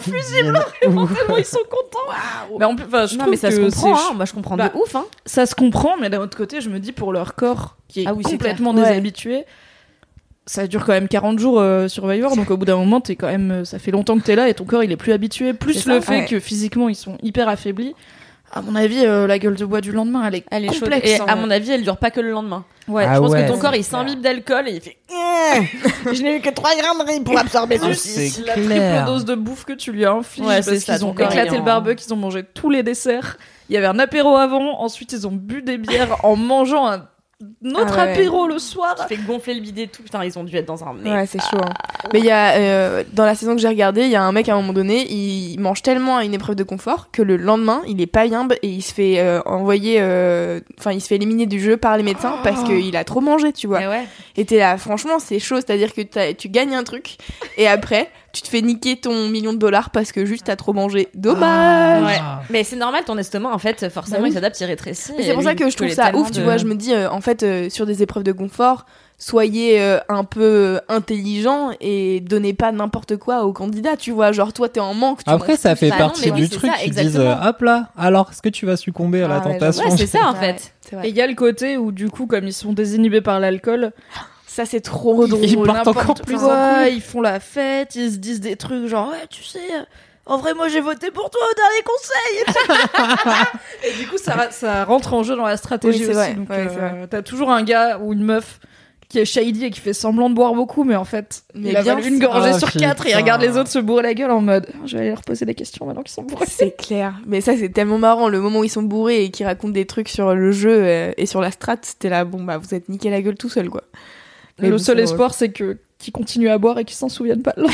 infusible. Tellement ils sont contents. Mais en plus, je trouve mais ça que se comprend. c'est Moi, je comprends Bah, de ouf. Hein. ça se comprend, mais d'un autre côté, je me dis pour leur corps qui est Ah oui, c'est complètement clair. Ouais. déshabitué, ça dure quand même 40 jours Survivor, donc au bout d'un moment, t'es quand même, ça fait longtemps que t'es là et ton corps il est plus habitué. Plus C'est le ça, fait ouais. que physiquement ils sont hyper affaiblis. À mon avis, la gueule de bois du lendemain, elle est Chaude. complexe. Et hein. à mon avis, elle dure pas que le lendemain. Ouais. Ah Je pense ouais, que ton c'est corps, il clair. s'imbibe d'alcool et il fait. Je n'ai eu que 3 grammes de riz pour absorber Ah, ceci. c'est La clair. triple dose de bouffe que tu lui infliges Ouais, parce c'est ça, qu'ils ont ton corps, il éclaté est le en- barbecue, ils ont mangé tous les desserts. Il y avait un apéro avant, ensuite ils ont bu des bières en mangeant un autre Ah ouais. apéro le soir. Qui fait gonfler le bidet tout. Putain, ils ont dû être dans un. Ouais, c'est chaud. Hein. Mais il y a dans la saison que j'ai regardée, il y a un mec à un moment donné, il mange tellement à une épreuve de confort que le lendemain, il est pas yimbe et il se fait envoyer, il se fait éliminer du jeu par les médecins parce qu'il a trop mangé, tu vois. Et ouais. Et t'es là, franchement, c'est chaud, c'est-à-dire que tu gagnes un truc et après, tu te fais niquer ton $1 million parce que juste t'as trop mangé. Dommage. Ouais. Mais c'est normal, ton estomac, en fait, forcément, Bah oui. il s'adapte, il rétrécit. Mais c'est pour ça que je trouve ça ouf, tu vois. Je me dis, en fait, sur des épreuves de confort, soyez un peu intelligent et donnez pas n'importe quoi aux candidats, tu vois. Genre, toi, t'es en manque. Tu Après, manges ça fait Bah non, partie mais oui, du c'est truc. ça, Ils disent, exactement. hop là, alors est-ce que tu vas succomber à la Ah ouais, tentation Ouais, c'est ça, en Ouais, fait. c'est Et vrai. il y a le côté où du coup, comme ils sont désinhibés par l'alcool, Ça, c'est trop drôle. Ils partent n'importe encore plus en quoi, ils font la fête, ils se disent des trucs genre ouais, tu sais, en vrai moi j'ai voté pour toi au dernier conseil. Et du coup ça rentre en jeu dans la stratégie Oui, c'est aussi. vrai. Donc Ouais, c'est vrai. t'as toujours un gars ou une meuf qui est shady et qui fait semblant de boire beaucoup, mais en fait Mais il avale bien une sûr. gorgée Ah, sur 4 et il putain. regarde les autres se bourrer la gueule en mode je vais aller leur poser des questions maintenant qu'ils sont bourrés. C'est clair. Mais ça, c'est tellement marrant. Le moment où ils sont bourrés et qu'ils racontent des trucs sur le jeu et sur la strat, c'était là, bon, bah, vous êtes niqué la gueule tout seul, quoi. Mais Le bon, seul c'est espoir c'est que qu'ils continuent à boire et qu'ils s'en souviennent pas.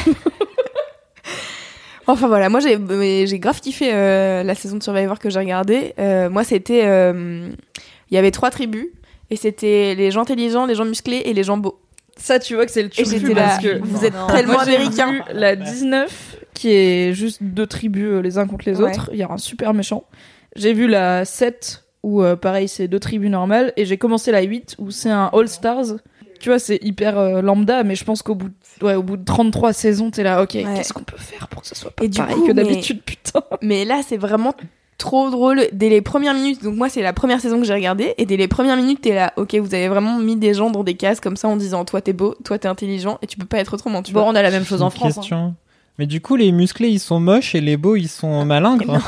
Enfin voilà, moi j'ai grave kiffé la saison de Survivor que j'ai regardée. Moi c'était, il y avait 3 tribus et c'était les gens intelligents, les gens musclés et les gens beaux. Ça tu vois que c'est le Et turfu j'étais là, parce que vous êtes non. tellement moi, j'ai américains. vu la 19 qui est juste 2 tribus les uns contre les Ouais. autres. Il y a un super méchant. J'ai vu la 7 où pareil c'est 2 tribus normales et j'ai commencé la 8 où c'est un All Stars. Tu vois, c'est hyper lambda, mais je pense qu'au bout de 33 saisons, t'es là, ok, qu'est-ce qu'on peut faire pour que ça soit pas Et du pareil coup, que mais- d'habitude, putain. Mais là c'est vraiment trop drôle dès les premières minutes. Donc moi c'est la première saison que j'ai regardée et dès les premières minutes t'es là, ok, vous avez vraiment mis des gens dans des cases comme ça en disant toi t'es beau, toi t'es intelligent et tu peux pas être autrement. Tu Bon, vois. on a la même chose en Une France. question. Mais du coup, les musclés, ils sont moches et les beaux, ils sont malingres.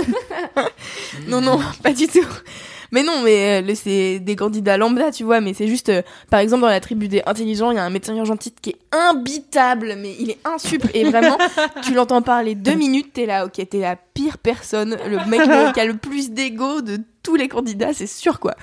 Non, pas du tout. Mais non, mais c'est des candidats lambda, tu vois. Mais c'est juste, par exemple, dans la tribu des intelligents, il y a un médecin urgentiste qui est imbitable, mais il est insup. Et vraiment, tu l'entends parler 2 minutes, t'es là, ok, t'es la pire personne, le mec qui a le plus d'ego de tous les candidats, c'est sûr, quoi.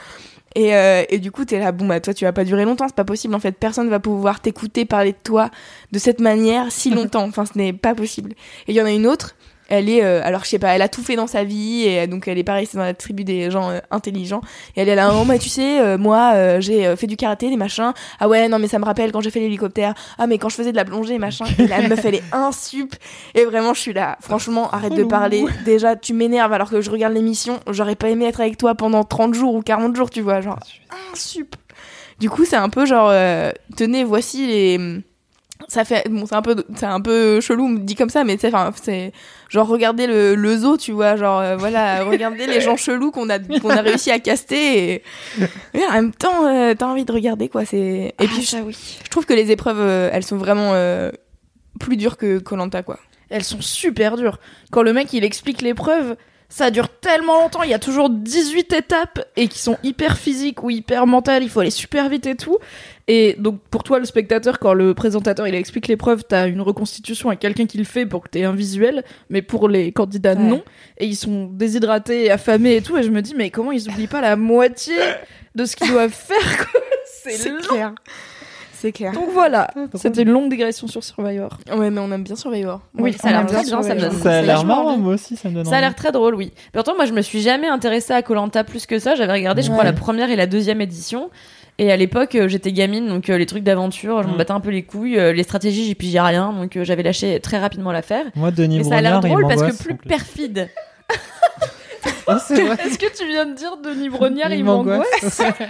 Et du coup, t'es là, bon, bah, toi, tu vas pas durer longtemps, c'est pas possible. En fait, personne va pouvoir t'écouter parler de toi de cette manière si longtemps. Enfin, ce n'est pas possible. Et il y en a une autre, elle est, alors je sais pas, elle a tout fait dans sa vie, et donc elle est pareil, c'est dans la tribu des gens intelligents. Et elle est là, oh, bah, tu sais, moi, j'ai fait du karaté, des machins. Ah ouais, non, mais ça me rappelle quand j'ai fait l'hélicoptère. Ah, mais quand je faisais de la plongée, machin. Et la meuf, elle est insup. Et vraiment, je suis là, franchement, arrête de parler. Déjà, tu m'énerves alors que je regarde l'émission. J'aurais pas aimé être avec toi pendant 30 jours ou 40 jours, tu vois, genre, insup. Du coup, c'est un peu genre, tenez, voici les. Ça fait, bon, c'est un peu chelou dit comme ça, mais tu sais, enfin, c'est genre regardez le zoo, tu vois, genre voilà, regardez les gens chelous qu'on a réussi à caster et en même temps t'as envie de regarder quoi, c'est. Et puis je trouve que les épreuves elles sont vraiment plus dures que Koh-Lanta quoi. Elles sont super dures. Quand le mec il explique l'épreuve, ça dure tellement longtemps, il y a toujours 18 étapes et qui sont hyper physiques ou hyper mentales, il faut aller super vite et tout. Et donc pour toi le spectateur, quand le présentateur il explique l'épreuve, t'as une reconstitution avec quelqu'un qui le fait pour que t'aies un visuel, mais pour les candidats Ouais. non. Et ils sont déshydratés, et affamés et tout, et je me dis mais comment ils oublient pas la moitié de ce qu'ils doivent faire quoi. C'est long. clair. C'est clair. Donc voilà, c'était une longue digression sur Survivor. Ouais, mais on aime bien Survivor. Oui, ça a l'air on très aime bien, ça me Survivor. donne. Ça a C'est l'air vachement marrant, envie. moi aussi, ça me donne Ça a envie. l'air très drôle, oui. Mais pourtant, moi, je me suis jamais intéressée à Koh-Lanta plus que ça. J'avais regardé, je crois, la première et la deuxième édition. Et à l'époque, j'étais gamine, donc les trucs d'aventure, je m'en battais un peu les couilles. Les stratégies, j'y pigeais rien, donc j'avais lâché très rapidement l'affaire. Moi, Denis Mais ça a l'air Brognard, il drôle parce m'angoisse, que plus en plus. perfide. Ah, c'est vrai. Est-ce que tu viens de dire Denis Brognard, il m'angoisse. m'angoisse?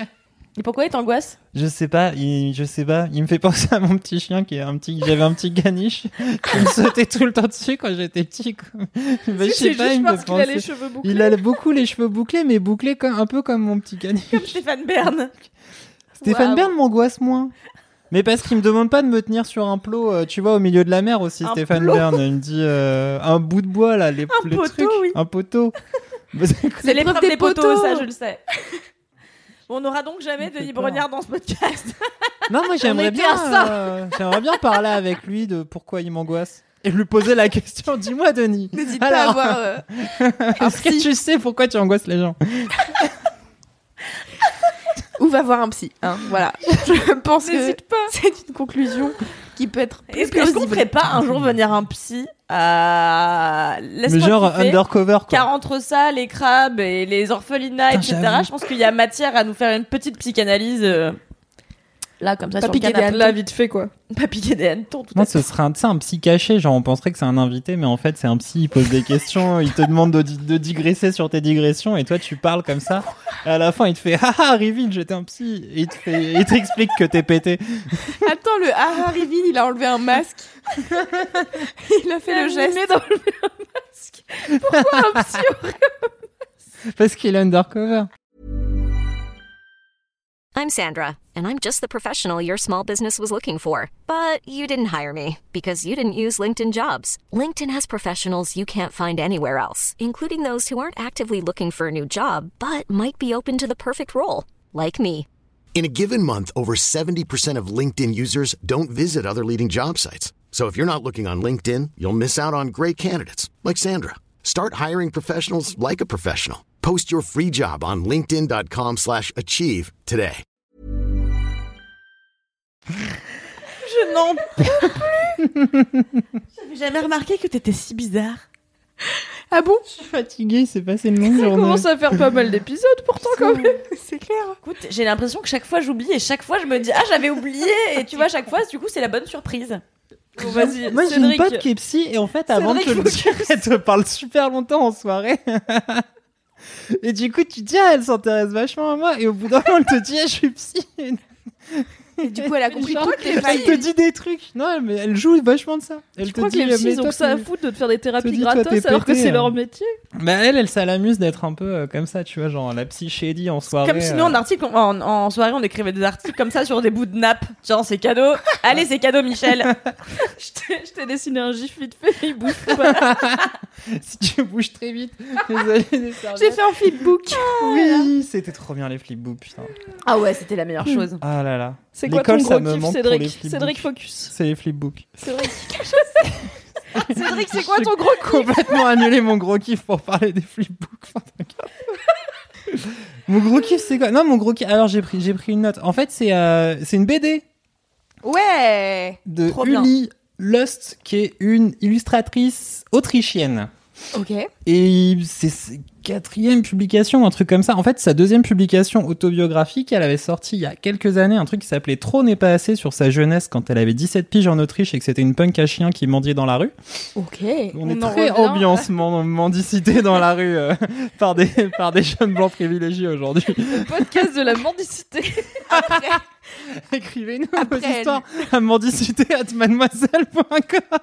Et pourquoi il t'angoisse? Je sais pas. Il me fait penser à mon petit chien j'avais un petit caniche qui me sautait tout le temps dessus quand j'étais petit. Je sais pas, il me fait penser. Il a les cheveux bouclés. Il a beaucoup les cheveux bouclés, mais bouclés un peu comme mon petit caniche. Comme Stéphane Bern. Stéphane Bern m'angoisse moins. Mais parce qu'il me demande pas de me tenir sur un plot, tu vois, au milieu de la mer aussi, Stéphane Bern. Il me dit un bout de bois, là, les poteau, trucs. Oui. Un poteau. C'est l'épreuve des poteaux, ça, je le sais. On n'aura donc jamais Denis Brognard dans ce podcast. Non, moi, j'aimerais bien parler avec lui de pourquoi il m'angoisse. Et lui poser la question, dis-moi, Denis. N'hésite pas à avoir est-ce que tu sais pourquoi tu angoisses les gens? Ou va voir un psy, hein, voilà. Je pense que c'est une conclusion qui peut être plus Est-ce qu'on ferait pas un jour venir un psy à... Mais genre undercover, quoi. Car entre ça, les crabes et les orphelinats, etc., je pense qu'il y a matière à nous faire une petite psychanalyse... Là, comme ça, pas sur le canapé. Là, vite fait, quoi. Pas piquer des hannetons, tout à fait. Ce serait un psy caché, genre on penserait que c'est un invité, mais en fait c'est un psy, il pose des questions, il te demande de digresser sur tes digressions, et toi tu parles comme ça, et à la fin il te fait « Ah ah, reveal, j'étais un psy !» et il t'explique que t'es pété. Attends, le ah ah, reveal, il a enlevé un masque. Il a fait le geste d'enlever un masque. Pourquoi un psy aurait un masque? Parce qu'il est undercover. I'm Sandra, and I'm just the professional your small business was looking for. But you didn't hire me because you didn't use LinkedIn Jobs. LinkedIn has professionals you can't find anywhere else, including those who aren't actively looking for a new job, but might be open to the perfect role, like me. In a given month, over 70% of LinkedIn users don't visit other leading job sites. So if you're not looking on LinkedIn, you'll miss out on great candidates like Sandra. Start hiring professionals like a professional. Post your free job on linkedin.com/achieve today. Je n'en peux plus. J'avais jamais remarqué que t'étais si bizarre. Ah bon? Je suis fatiguée, c'est passé une longue journée. Ça commence à faire pas mal d'épisodes pourtant quand même. C'est clair. Écoute, j'ai l'impression que chaque fois j'oublie et chaque fois je me dis ah j'avais oublié et tu vois chaque fois du coup c'est la bonne surprise. Bon, vas-y, moi j'ai une pote qui est psy et en fait avant de te le dire elle te parle super longtemps en soirée. Et du coup tu te dis ah elle s'intéresse vachement à moi et au bout d'un moment elle te dit ah, je suis psy. Et du coup elle a compris toi que t'es elle te dit des trucs. Non mais elle joue vachement de ça. Je crois que les psys ont que ça à foutre de te faire des thérapies gratos alors que c'est leur métier. Bah elle ça l'amuse d'être un peu comme ça, tu vois, genre la psy shady en soirée. Comme sinon en soirée on écrivait des articles comme ça sur des bouts de nappe. Genre c'est cadeau. Allez c'est cadeau Michel. Je t'ai dessiné un gif vite fait, il bouge pas. Si tu bouges très vite. J'ai fait un flipbook. Oui, c'était trop bien les flipbooks, putain. Ah ouais, c'était la meilleure chose. Ah là là. C'est quoi ton gros kiff, Cédric Focus? C'est les flipbooks. Cédric, c'est quoi ton gros kiff? Complètement annulé mon gros kiff pour parler des flipbooks. Mon gros kiff c'est quoi? Non, mon gros kiff. Alors j'ai pris une note. En fait, c'est une BD. Ouais. De Uli Lust, qui est une illustratrice autrichienne. Ok. Et c'est 4e publication, un truc comme ça. En fait, sa 2e publication autobiographique, elle avait sorti il y a quelques années un truc qui s'appelait Trop n'est pas assez sur sa jeunesse quand elle avait 17 piges en Autriche et que c'était une punk à chien qui mendiait dans la rue. Ok. On est très ambiance mendicité dans la rue par des jeunes blancs privilégiés aujourd'hui. Le podcast de la mendicité. Après. Écrivez-nous vos histoires à mendicité@mademoiselle.com.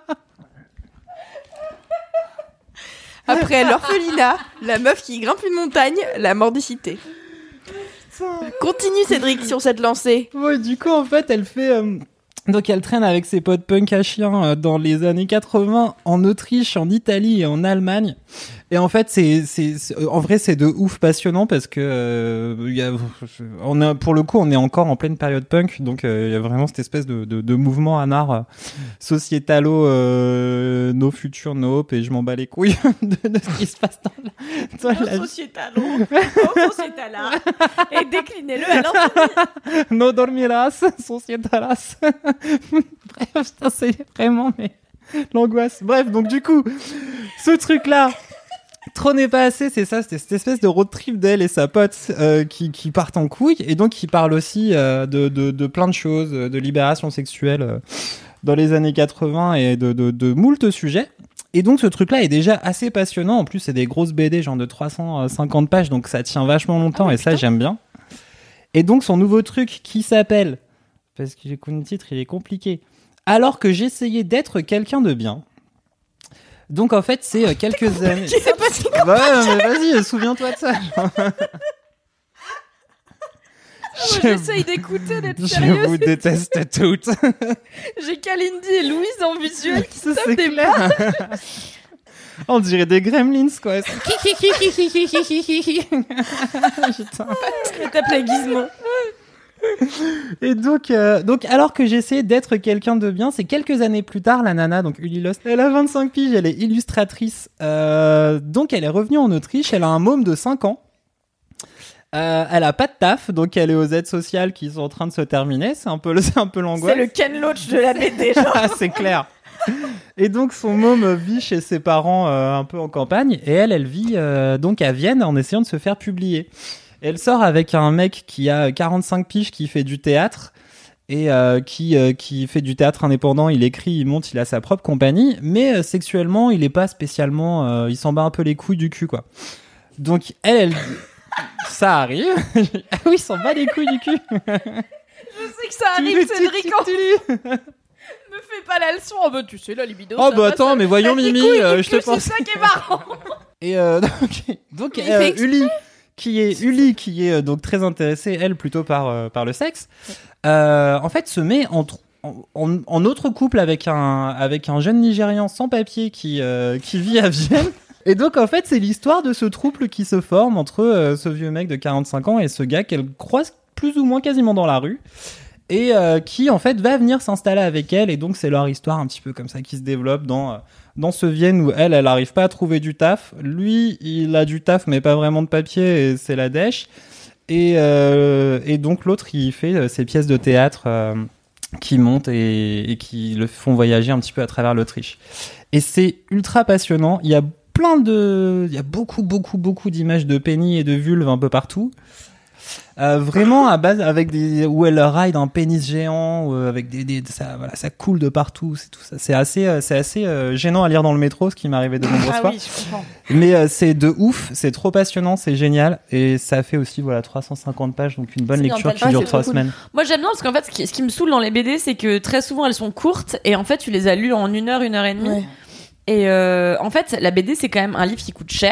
Après l'orphelinat, la meuf qui grimpe une montagne, la mendicité. Continue Cédric sur cette lancée. Ouais, du coup en fait elle fait donc elle traîne avec ses potes punk à chiens dans les années 80 en Autriche, en Italie et en Allemagne. Et en fait en vrai c'est de ouf passionnant parce que pour le coup on est encore en pleine période punk, donc il y a vraiment cette espèce de mouvement anard sociétalo no future no hope, et je m'en bats les couilles de ce qui se passe dans la sociétalo sociétala et déclinez-le à l'infini. No dormirás societalas. Bref, ça c'est vraiment l'angoisse. Bref, donc du coup ce truc là Trop n'est pas assez, c'est ça, c'était cette espèce de road trip d'elle et sa pote qui partent en couille, et donc qui parlent aussi de plein de choses, de libération sexuelle dans les années 80 et de moult sujets. Et donc ce truc-là est déjà assez passionnant. En plus, c'est des grosses BD, genre de 350 pages, donc ça tient vachement longtemps, et ça, j'aime bien. Et donc son nouveau truc qui s'appelle, parce que j'ai connu le titre, il est compliqué. Alors que j'essayais d'être quelqu'un de bien. Donc en fait c'est quelques années. C'est pas si Ouais, mais vas-y, souviens-toi de ça. J'essaye d'écouter, d'être Je sérieuse. vous déteste toutes. J'ai Kalindi et Louise en visuel qui se Ça, tapent des clair. On dirait des gremlins, quoi. Putain. Elle tape la gizmo. Et donc, alors que j'essayais d'être quelqu'un de bien, c'est quelques années plus tard, la nana, donc Uli Lost, elle a 25 piges, elle est illustratrice. Donc, elle est revenue en Autriche, elle a un môme de 5 ans. Elle a pas de taf, donc elle est aux aides sociales qui sont en train de se terminer. C'est un peu l'angoisse. C'est le Ken Loach de la BD, genre. Ah, c'est clair. Et donc son môme vit chez ses parents un peu en campagne, et elle vit donc à Vienne en essayant de se faire publier. Et elle sort avec un mec qui a 45 piges, qui fait du théâtre et qui fait du théâtre indépendant. Il écrit, il monte, il a sa propre compagnie, mais sexuellement il est pas spécialement, il s'en bat un peu les couilles du cul, quoi. Donc elle ça arrive. Ah oui, il s'en bat les couilles du cul. Je sais que ça arrive, Cédric. Me fais pas la leçon. Oh bah tu sais, la libido. Oh ça bah va, attends, ça- mais voyons ça Mimi, découle, je te c'est pense. ça qui est marrant. Et donc Mais il fait Uli qui est donc très intéressée, elle, plutôt par le sexe, en fait se met en autre couple avec un jeune Nigérian sans papier qui vit à Vienne. Et donc en fait c'est l'histoire de ce trouble qui se forme entre ce vieux mec de 45 ans et ce gars qu'elle croise plus ou moins quasiment dans la rue. Et qui en fait va venir s'installer avec elle, et donc c'est leur histoire un petit peu comme ça qui se développe dans ce Vienne où elle arrive pas à trouver du taf, lui il a du taf mais pas vraiment de papier, et c'est la dèche, et donc l'autre il fait ses pièces de théâtre qui montent et qui le font voyager un petit peu à travers l'Autriche, et c'est ultra passionnant. Il y a beaucoup d'images de pénis et de vulves un peu partout. Vraiment à base avec où elle ride un pénis géant, avec ça coule de partout, c'est tout ça. C'est assez gênant à lire dans le métro, ce qui m'arrivait de nombreuses fois. Oui, je comprends. Mais c'est de ouf, c'est trop passionnant, c'est génial, et ça fait aussi 350 pages, donc une bonne C'est lecture bien, qui dure c'est 3 trop semaines. Moi j'aime bien parce qu'en fait ce qui me saoule dans les BD, c'est que très souvent elles sont courtes et en fait tu les as lues en 1 heure, 1 heure et demie. Ouais. Et en fait la BD c'est quand même un livre qui coûte cher.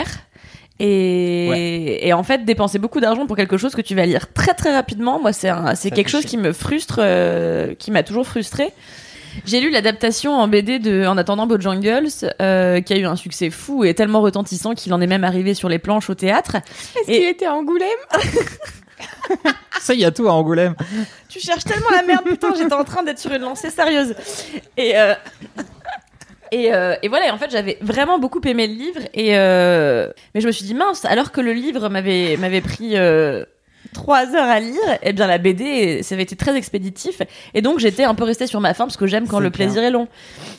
Et en fait dépenser beaucoup d'argent pour quelque chose que tu vas lire très très rapidement, moi c'est quelque chose qui me frustre, qui m'a toujours frustrée. J'ai lu l'adaptation en BD de En attendant Bojangles, qui a eu un succès fou et tellement retentissant qu'il en est même arrivé sur les planches au théâtre. Est-ce qu'il était à Angoulême? Ça, il y a tout à Angoulême. Tu cherches tellement la merde, putain, j'étais en train d'être sur une lancée sérieuse. Et voilà, et en fait j'avais vraiment beaucoup aimé le livre, mais je me suis dit mince, alors que le livre m'avait pris 3 heures à lire, et bien la BD ça avait été très expéditif, et donc j'étais un peu restée sur ma faim parce que j'aime quand C'est le clair. plaisir est long.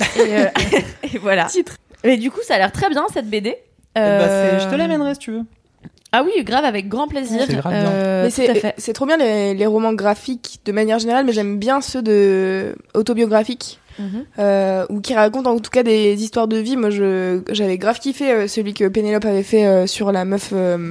Et voilà. Titre. Mais du coup ça a l'air très bien cette BD. Je te l'amènerai si tu veux. Ah oui, grave, avec grand plaisir. C'est grave bien. Mais tout à fait. c'est trop bien les romans graphiques de manière générale, mais j'aime bien ceux de autobiographiques. Ou qui racontent en tout cas des histoires de vie. Moi j'avais grave kiffé celui que Pénélope avait fait sur la meuf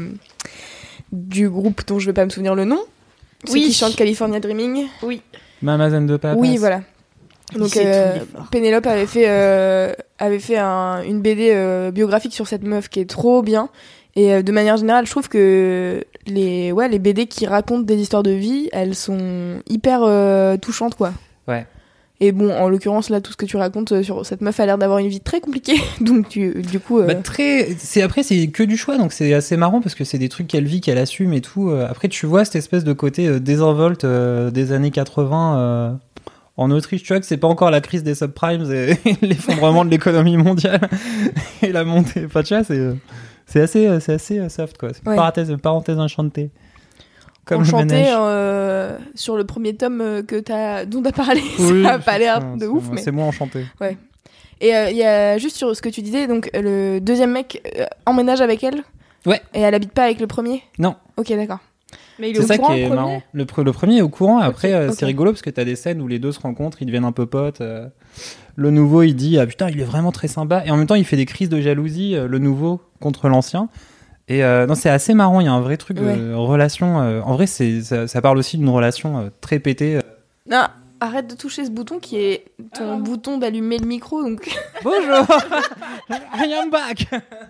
du groupe dont je vais pas me souvenir le nom, Oui. qui chante California Dreaming. Mamazen de Papas. Oui, voilà. Donc sait tout, il est fort. Pénélope avait fait une BD biographique sur cette meuf qui est trop bien. Et de manière générale, je trouve que les BD qui racontent des histoires de vie, elles sont hyper touchantes, quoi. Ouais. Et bon, en l'occurrence, là, tout ce que tu racontes sur cette meuf a l'air d'avoir une vie très compliquée. Donc, du coup... Après, c'est que du choix, donc c'est assez marrant parce que c'est des trucs qu'elle vit, qu'elle assume et tout. Après, tu vois cette espèce de côté désinvolte des années 80 en Autriche. Tu vois que c'est pas encore la crise des subprimes et l'effondrement de l'économie mondiale et la montée. Enfin, tu vois, c'est assez soft, quoi. C'est une Ouais. parenthèse enchantée. Comme Enchanté le manège. sur le premier tome dont t'as parlé. Oui, ça a pas l'air c'est- de ouf, mais... C'est moins enchanté. Et il y a juste sur ce que tu disais, donc le deuxième mec emménage avec elle. Ouais. Et elle habite pas avec le premier. Non. Ok, d'accord. Mais il est C'est au ça courant, qui est le premier marrant. Le premier est au courant. Après, ok. c'est rigolo parce que t'as des scènes où les deux se rencontrent, ils deviennent un peu potes. Le nouveau, il dit ah putain, il est vraiment très sympa. Et en même temps, il fait des crises de jalousie, le nouveau contre l'ancien. Et non, c'est assez marrant. Il y a un vrai truc de relation. En vrai, ça parle aussi d'une relation très pétée. Non, arrête de toucher ce bouton qui est ton bouton d'allumer le micro. Donc... Bonjour, I am back.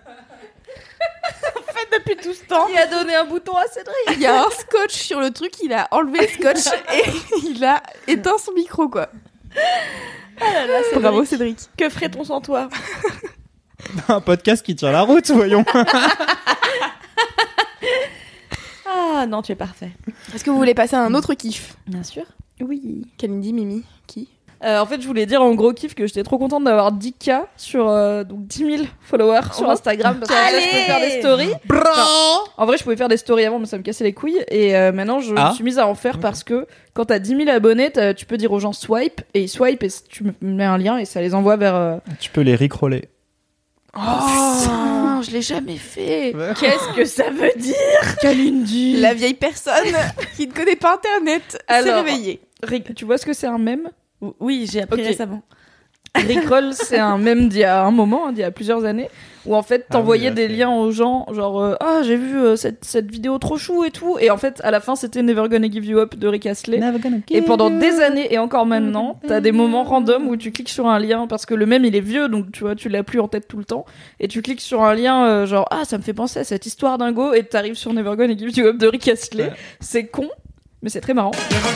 En fait, depuis tout ce temps, il a donné un bouton à Cédric. Il y a un scotch sur le truc, il a enlevé le scotch et il a éteint son micro, quoi. Ah là là, Cédric. Bravo Cédric. Que ferait-on sans toi? Un podcast qui tient la route, voyons. Ah non, tu es parfait. Est-ce que vous voulez passer à un autre kiff? Bien sûr. Oui. Kalindi, Mimi, qui? En fait, je voulais dire en gros kiff que j'étais trop contente d'avoir 10K sur donc 10 000 followers sur Instagram parce que là, je peux faire des stories. Enfin, en vrai, je pouvais faire des stories avant, mais ça me cassait les couilles. Et maintenant, je me suis mise à en faire parce que quand t'as 10 000 abonnés, tu peux dire aux gens swipe et ils swipe et tu mets un lien et ça les envoie vers. Tu peux les rickroller. Oh, je l'ai jamais fait. Qu'est-ce que ça veut dire, Kalindi? La vieille personne qui ne connaît pas Internet s'est réveillée. Tu vois ce que c'est un mème? Oui, j'ai appris récemment. Rickroll, c'est un mème d'il y a un moment, d'il y a plusieurs années, où en fait t'envoyais des liens aux gens, genre j'ai vu cette vidéo trop chou et tout, et en fait à la fin c'était Never Gonna Give You Up de Rick Astley. Et pendant des années et encore maintenant, t'as des moments random où tu cliques sur un lien parce que le mème il est vieux, donc tu vois tu l'as plus en tête tout le temps, et tu cliques sur un lien genre ça me fait penser à cette histoire dingo, et t'arrives sur Never Gonna Give You Up de Rick Astley. Ouais. C'est con, mais c'est très marrant.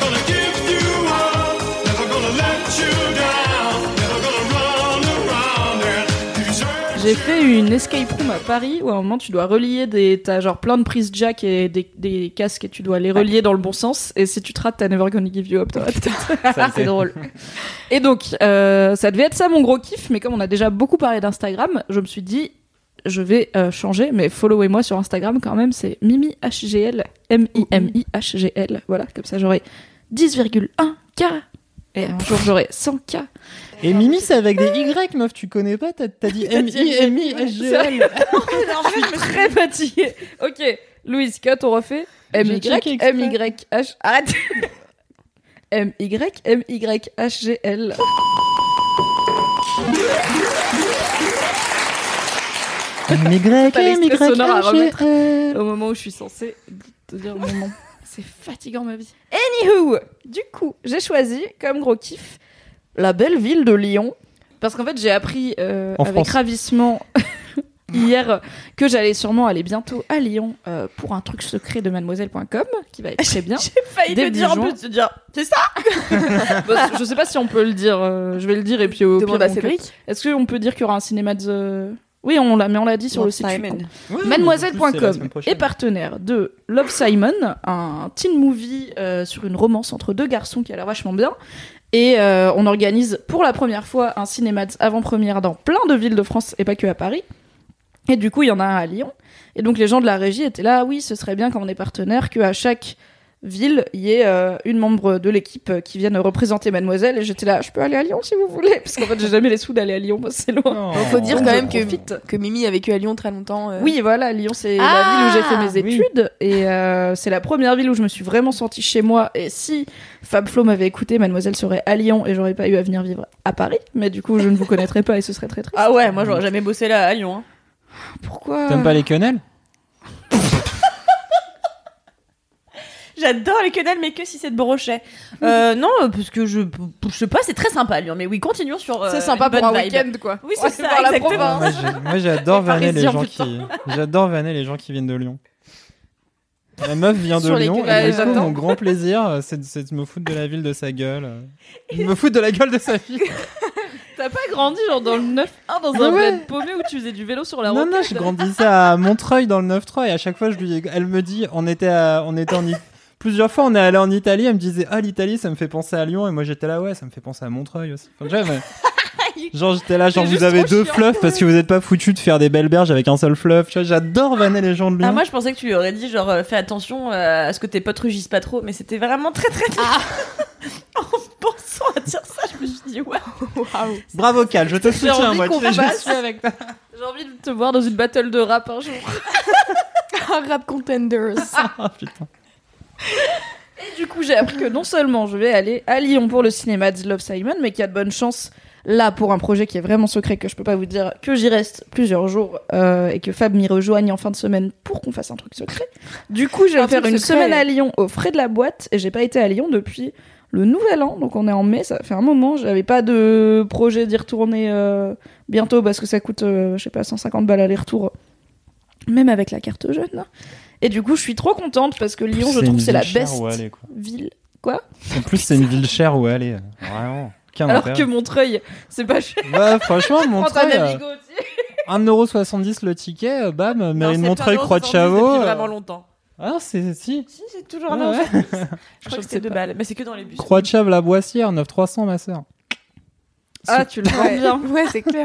J'ai fait une escape room à Paris où à un moment tu dois relier t'as genre plein de prises jack et des casques et tu dois les relier dans le bon sens, et si tu te rates t'as Never Gonna Give You Up. C'est drôle. Et donc ça devait être ça mon gros kiff, mais comme on a déjà beaucoup parlé d'Instagram, je me suis dit je vais changer, mais followez-moi sur Instagram quand même, c'est MimiHGL, MIMIHGL, voilà, comme ça j'aurai 10,1K et un jour j'aurai 100K. Et Mimi, c'est avec des Y, meuf, tu connais pas? T'as dit MIMIHGL. En fait, je suis très fatiguée. Ok, Louise, cut, on refait. MYMYH. Arrête. MYMYHGL. MYMYHGL. Au moment où je suis censée te dire mon nom. C'est fatigant ma vie. Anywho, du coup, j'ai choisi comme gros kiff la belle ville de Lyon, parce qu'en fait j'ai appris avec ravissement hier que j'allais sûrement aller bientôt à Lyon pour un truc secret de mademoiselle.com qui va être très bien. J'ai failli te dire en plus, te dire c'est ça. Bah, je sais pas si on peut le dire, je vais le dire et puis au demande à Cédric. Est-ce qu'on peut dire qu'il y aura un cinéma de... Oui, on l'a dit sur le site. Oui, mademoiselle.com est partenaire de Love Simon, un teen movie sur une romance entre deux garçons qui a l'air vachement bien. Et on organise pour la première fois un cinéma avant-première dans plein de villes de France et pas que à Paris. Et du coup, il y en a un à Lyon. Et donc les gens de la régie étaient là, oui, ce serait bien quand on est partenaire qu'à chaque ville, il y ait une membre de l'équipe qui vienne représenter Mademoiselle. Et j'étais là, je peux aller à Lyon si vous voulez, parce qu'en fait j'ai jamais les sous d'aller à Lyon, moi c'est loin. Il faut dire quand même que Mimi a vécu à Lyon très longtemps. Oui, voilà, Lyon c'est la ville où j'ai fait mes études, et c'est la première ville où je me suis vraiment sentie chez moi. Et si Fab Flo m'avait écouté, Mademoiselle serait à Lyon et j'aurais pas eu à venir vivre à Paris, mais du coup je ne vous connaîtrais pas et ce serait très triste. Ah ouais, moi j'aurais jamais bossé là à Lyon. Hein. Pourquoi? T'aimes pas les quenelles? J'adore les quenelles, mais que si c'est de brochet. Non, parce que je sais pas, c'est très sympa à Lyon. Mais oui, continuons sur. C'est sympa pour un week-end, quoi. Oui, c'est ça, exactement. Moi, j'adore vanner les gens j'adore vanner les gens qui viennent de Lyon. La meuf vient de Lyon, et du coup, mon grand plaisir, c'est de me foutre de la ville de sa gueule. De me foutre de la gueule de sa fille. T'as pas grandi genre dans le 9-1 dans un bled paumé où tu faisais du vélo sur la route? Non, je grandissais à Montreuil dans le 9-3 et à chaque fois, elle me dit, plusieurs fois, on est allé en Italie, elle me disait, l'Italie, ça me fait penser à Lyon, et moi j'étais là, ouais, ça me fait penser à Montreuil aussi. Enfin, genre j'étais là, genre vous avez deux fluffs parce que vous êtes pas foutus de faire des belles berges avec un seul fluff. Tu vois, j'adore vanner les gens de Lyon. Ah, moi je pensais que tu lui aurais dit genre fais attention à ce que tes potes rugissent pas trop, mais c'était vraiment très très en pensant à dire ça, je me suis dit waouh. Bravo Cal, je te soutiens, moi, je suis avec toi. J'ai envie de te voir dans une battle de rap un jour. Un rap contenders. Putain. Et du coup, j'ai appris que non seulement je vais aller à Lyon pour le cinéma de Love Simon, mais qu'il y a de bonnes chances là pour un projet qui est vraiment secret que je peux pas vous dire, que j'y reste plusieurs jours et que Fab m'y rejoigne en fin de semaine pour qu'on fasse un truc secret. Du coup, je vais faire une semaine à Lyon aux frais de la boîte et j'ai pas été à Lyon depuis le nouvel an, donc on est en mai, ça fait un moment, j'avais pas de projet d'y retourner bientôt parce que ça coûte, je sais pas, 150 balles aller-retour, même avec la carte jeune. Et du coup, je suis trop contente parce que Lyon, je trouve, c'est la best ville. Quoi ? En plus, c'est une ville chère où aller. Vraiment. Alors que Montreuil, c'est pas cher. Ouais, franchement, Montreuil. 1,70€ le ticket, bam, mairie de Montreuil, Croix de Chavaux. Depuis vraiment longtemps. Ah, c'est Si, c'est toujours un ouais. Je crois que c'est 2 balles, mais c'est que dans les bus. Croix de Chavaux, la Boissière, 9,300, ma sœur. Ah, tu le vends bien. Ouais, c'est clair.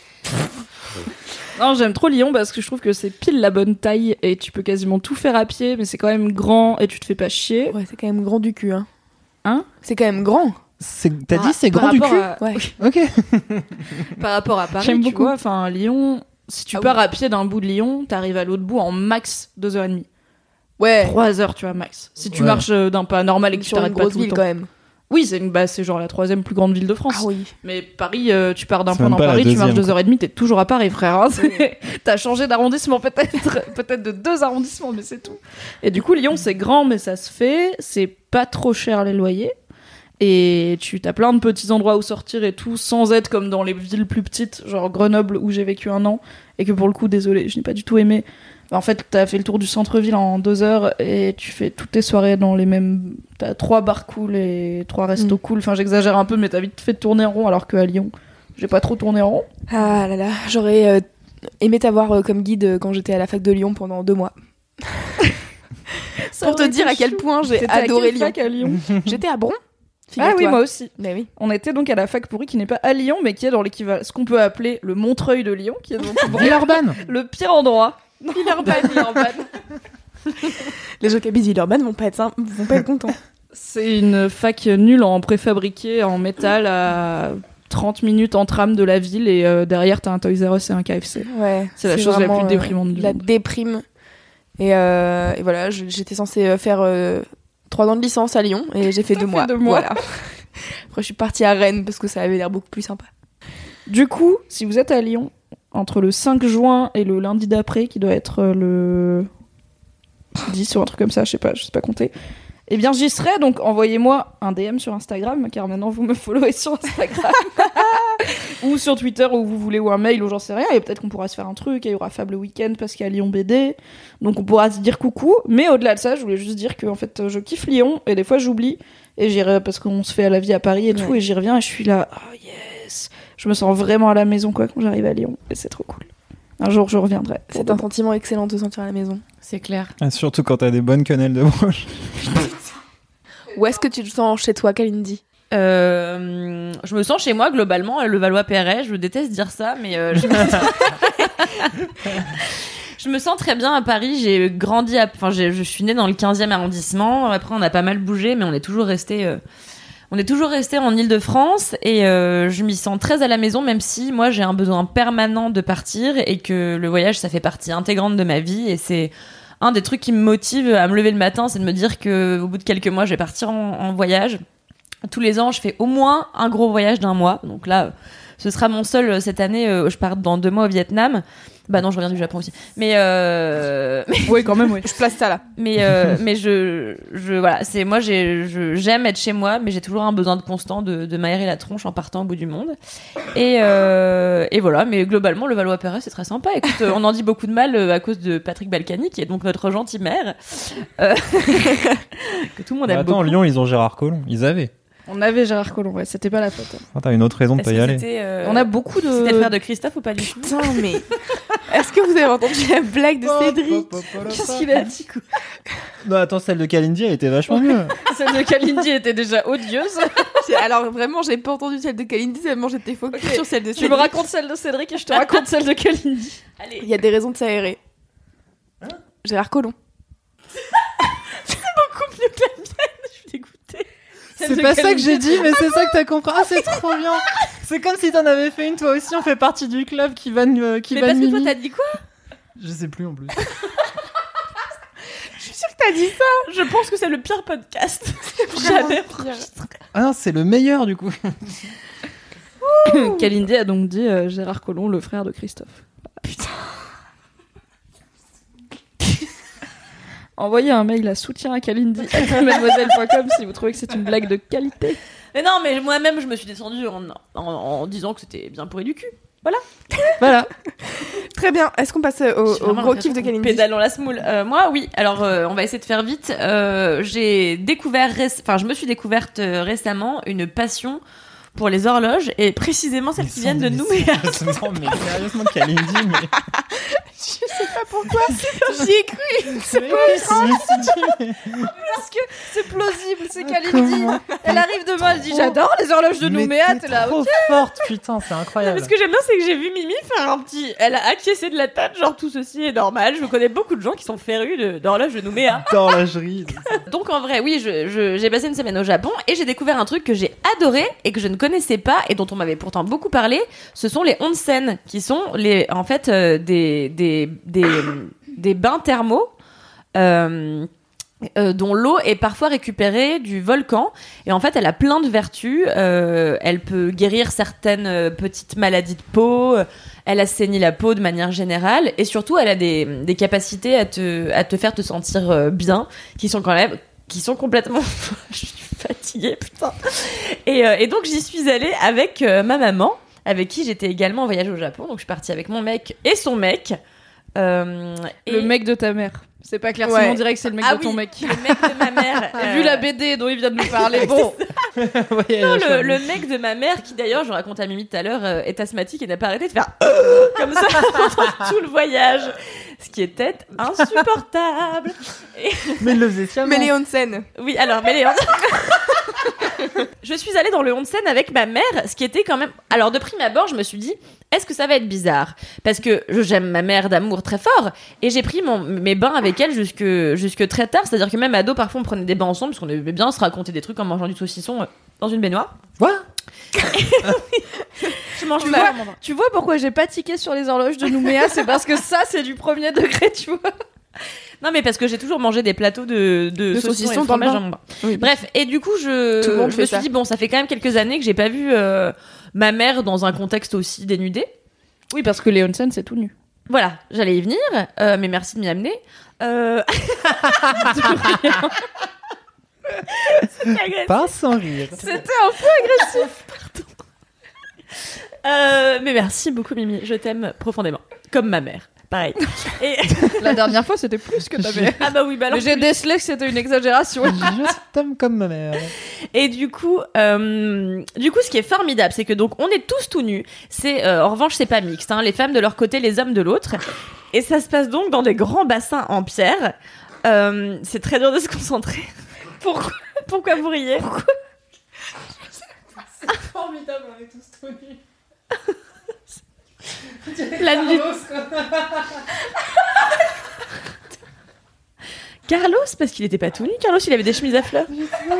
Non, j'aime trop Lyon parce que je trouve que c'est pile la bonne taille et tu peux quasiment tout faire à pied, mais c'est quand même grand et tu te fais pas chier. Ouais, c'est quand même grand du cul, hein. Hein ? C'est quand même grand. T'as dit c'est grand du cul ? Ouais. Ok. Par rapport à Paris, J'aime tu beaucoup. vois, enfin, Lyon, si tu pars à pied d'un bout de Lyon, t'arrives à l'autre bout en max 2h30. Ouais. 3h, tu vois, max. Si tu Ouais. marches d'un pas normal et que tu Sur t'arrêtes une pas grosse tout le ville temps. quand même. Oui, c'est genre la 3e plus grande ville de France. Ah oui. Mais Paris, tu pars d'un C'est point même dans pas la Paris, tu marches deuxième, 2h30, t'es toujours à Paris, frère. Hein. T'as changé d'arrondissement peut-être de 2 arrondissements, mais c'est tout. Et du coup, Lyon, c'est grand, mais ça se fait. C'est pas trop cher les loyers. Et t'as plein de petits endroits où sortir et tout, sans être comme dans les villes plus petites, genre Grenoble où j'ai vécu 1 an, et que pour le coup, désolé, je n'ai pas du tout aimé. En fait, t'as fait le tour du centre-ville en 2 heures et tu fais toutes tes soirées dans les mêmes... T'as 3 bars cool et 3 restos cool. Enfin, j'exagère un peu, mais t'as vite fait tourner en rond, alors qu'à Lyon, j'ai pas trop tourné en rond. Ah là là, j'aurais aimé t'avoir comme guide quand j'étais à la fac de Lyon pendant 2 mois. Pour te dire à quel point j'ai adoré Lyon. À Lyon. J'étais à Bron. Ah oui, moi aussi. Mais oui. On était donc à la fac pourrie qui n'est pas à Lyon, mais qui est dans l'équivalent, ce qu'on peut appeler le Montreuil de Lyon, qui est donc Villeurbanne. le pire endroit. Villeurbanne. Les gens qui habitent Villeurbanne vont pas être contents. C'est une fac nulle en préfabriqué en métal à 30 minutes en tram de la ville et derrière t'as un Toys R Us et un KFC. Ouais. C'est la chose la plus déprimante du La monde. déprime. Et voilà, j'étais censée faire 3 ans de licence à Lyon et j'ai fait 2 mois. 2 mois. Voilà. Après, je suis partie à Rennes parce que ça avait l'air beaucoup plus sympa. Du coup, si vous êtes à Lyon, entre le 5 juin et le lundi d'après, qui doit être le 10 ou un truc comme ça, je sais pas compter, eh bien j'y serai, donc envoyez-moi un DM sur Instagram, car maintenant vous me followez sur Instagram. Ou sur Twitter où vous voulez, ou un mail, ou j'en sais rien, et peut-être qu'on pourra se faire un truc, et il y aura Fab le week-end parce qu'il y a Lyon BD, donc on pourra se dire coucou, mais au-delà de ça, je voulais juste dire que en fait, je kiffe Lyon, et des fois j'oublie, et j'irai parce qu'on se fait à la vie à Paris et tout, et j'y reviens, et je suis là, oh yes, je me sens vraiment à la maison quoi quand j'arrive à Lyon, et c'est trop cool. Un jour je reviendrai. C'est un sentiment excellent de se sentir à la maison. C'est clair. Ah, surtout quand t'as des bonnes quenelles de broche. Où est-ce que tu te sens chez toi, Kalindi ? Je me sens chez moi globalement, le Valois-Perret. Je déteste dire ça, mais je me sens très bien à Paris. J'ai grandi, je suis née dans le 15e arrondissement. Après, on a pas mal bougé, mais on est toujours resté en Île-de-France et je m'y sens très à la maison, même si moi j'ai un besoin permanent de partir et que le voyage ça fait partie intégrante de ma vie et c'est un des trucs qui me motive à me lever le matin, c'est de me dire que au bout de quelques mois je vais partir en voyage. Tous les ans je fais au moins un gros voyage d'1 mois, donc là ce sera mon seul cette année. Je pars dans 2 mois au Vietnam. Bah non, je reviens du Japon aussi. Mais oui, quand même, oui. Je place ça là. Mais je voilà, c'est moi j'aime être chez moi, mais j'ai toujours un besoin de constant de m'aérer la tronche en partant au bout du monde. Et voilà, mais globalement le Valois-Perret c'est très sympa. Écoute, on en dit beaucoup de mal à cause de Patrick Balkany qui est donc notre gentil maire que tout le monde aime Attends, beaucoup. Lyon, ils ont Gérard Collomb. Ils avaient. On avait Gérard Collomb, ouais, c'était pas la faute. Ah, t'as une autre raison de pas y aller. On a beaucoup de... C'était le frère de Christophe ou pas du tout? Putain, mais... Est-ce que vous avez entendu la blague de Cédric? Qu'est-ce qu'il a dit, quoi? Non, attends, celle de Kalindi, elle était vachement mieux. Celle de Kalindi était déjà odieuse. Alors vraiment, j'ai pas entendu celle de Kalindi, tellement j'étais focus sur celle de Cédric. Tu me racontes celle de Cédric et je te raconte celle de Kalindi. Allez. Il y a des raisons de s'aérer. Gérard Collomb. C'est beaucoup mieux que la mienne, je suis dégoûtée. C'est pas ça que j'ai dit, mais c'est ça que t'as compris. Ah, c'est trop bien. C'est comme si t'en avais fait une, toi aussi. On fait partie du club qui va Mais parce que toi, t'as dit quoi? Je sais plus en plus. Je suis sûre que t'as dit ça. Je pense que c'est le pire podcast jamais enregistré. Ah non, c'est le meilleur du coup. Kalindi a donc dit Gérard Collomb, le frère de Christophe. Putain. Envoyez un mail à soutien@kalindi@mademoiselle.com si vous trouvez que c'est une blague de qualité. Mais non, mais moi-même, je me suis descendue en disant que c'était bien pourri du cul. Voilà. Très bien. Est-ce qu'on passe au gros kiff de Kalindi? Pédalons la semoule. Moi, oui. Alors, on va essayer de faire vite. Je me suis découverte récemment une passion pour les horloges et précisément celles qui viennent de Nouméa. Mais sérieusement, Kalindi, mais... Je sais pas pourquoi. J'y ai cru. C'est pas Parce que c'est plausible, c'est Kalindi. Elle arrive demain, elle dit j'adore les horloges de Nouméa. T'es là, trop forte, putain, c'est incroyable. Ce que j'aime bien, c'est que j'ai vu Mimi faire elle a acquiescé de la tête, genre tout ceci est normal. Je connais beaucoup de gens qui sont férus d'horloges de Nouméa. D'horlogerie. Donc en vrai, oui, j'ai passé une semaine au Japon et j'ai découvert un truc que j'ai adoré et que je ne connaissais pas et dont on m'avait pourtant beaucoup parlé. Ce sont les onsen, qui sont des bains thermaux dont l'eau est parfois récupérée du volcan et en fait elle a plein de vertus. Elle peut guérir certaines petites maladies de peau, elle assainit la peau de manière générale et surtout elle a des capacités à te faire te sentir bien qui sont complètement je suis fatiguée putain et donc j'y suis allée avec ma maman avec qui j'étais également en voyage au Japon. Donc je suis partie avec mon mec et son mec. Le mec de ta mère. C'est pas clair, Ouais. sinon on dirait que c'est le mec de ton mec. Le mec de ma mère. Vu la BD dont il vient de nous parler, bon. Non, le mec de ma mère, qui d'ailleurs, je raconte à Mimi tout à l'heure, est asthmatique et n'a pas arrêté de faire comme ça pendant tout le voyage. Ce qui était insupportable. Mais il le faisait sciemment. Mais les onsen. Oui, alors, je suis allée dans le onsen avec ma mère, ce qui était quand même... Alors, de prime abord, je me suis dit, est-ce que ça va être bizarre? Parce que j'aime ma mère d'amour très fort, et j'ai pris mes bains avec elle jusque très tard, c'est-à-dire que même ado, parfois, on prenait des bains ensemble, parce qu'on aimait bien se raconter des trucs en mangeant du saucisson dans une baignoire. Quoi? Je mange Tu vois pourquoi j'ai pas tiqué sur les horloges de Nouméa? C'est parce que ça, c'est du premier degré, tu vois. Non, mais parce que j'ai toujours mangé des plateaux de saucisson dans le fromage bain. dans mon bain. Oui. Bref, et du coup, Tout le monde je fait me suis ça. dit, bon, ça fait quand même quelques années que j'ai pas vu ma mère dans un contexte aussi dénudé. Oui, parce que les onsen, c'est tout nu. Voilà, j'allais y venir, mais merci de m'y amener. C'était agressif. Pas sans rire. C'était un peu agressif, pardon. Mais merci beaucoup, Mimi, je t'aime profondément. Comme ma mère, pareil. Et... La dernière fois, c'était plus que ta mère. Ah bah oui, bah alors Mais j'ai plus. décelé que c'était une exagération. Je t'aime comme ma mère. Et du coup, ce qui est formidable, c'est que donc on est tous tout nus. C'est en revanche, c'est pas mixte. Hein, les femmes de leur côté, les hommes de l'autre. Et ça se passe donc dans des grands bassins en pierre. C'est très dur de se concentrer. Pourquoi vous riez? C'est formidable, on est tous tout nus. La nuit. Carlos, parce qu'il était pas tout nu. Carlos, il avait des chemises à fleurs.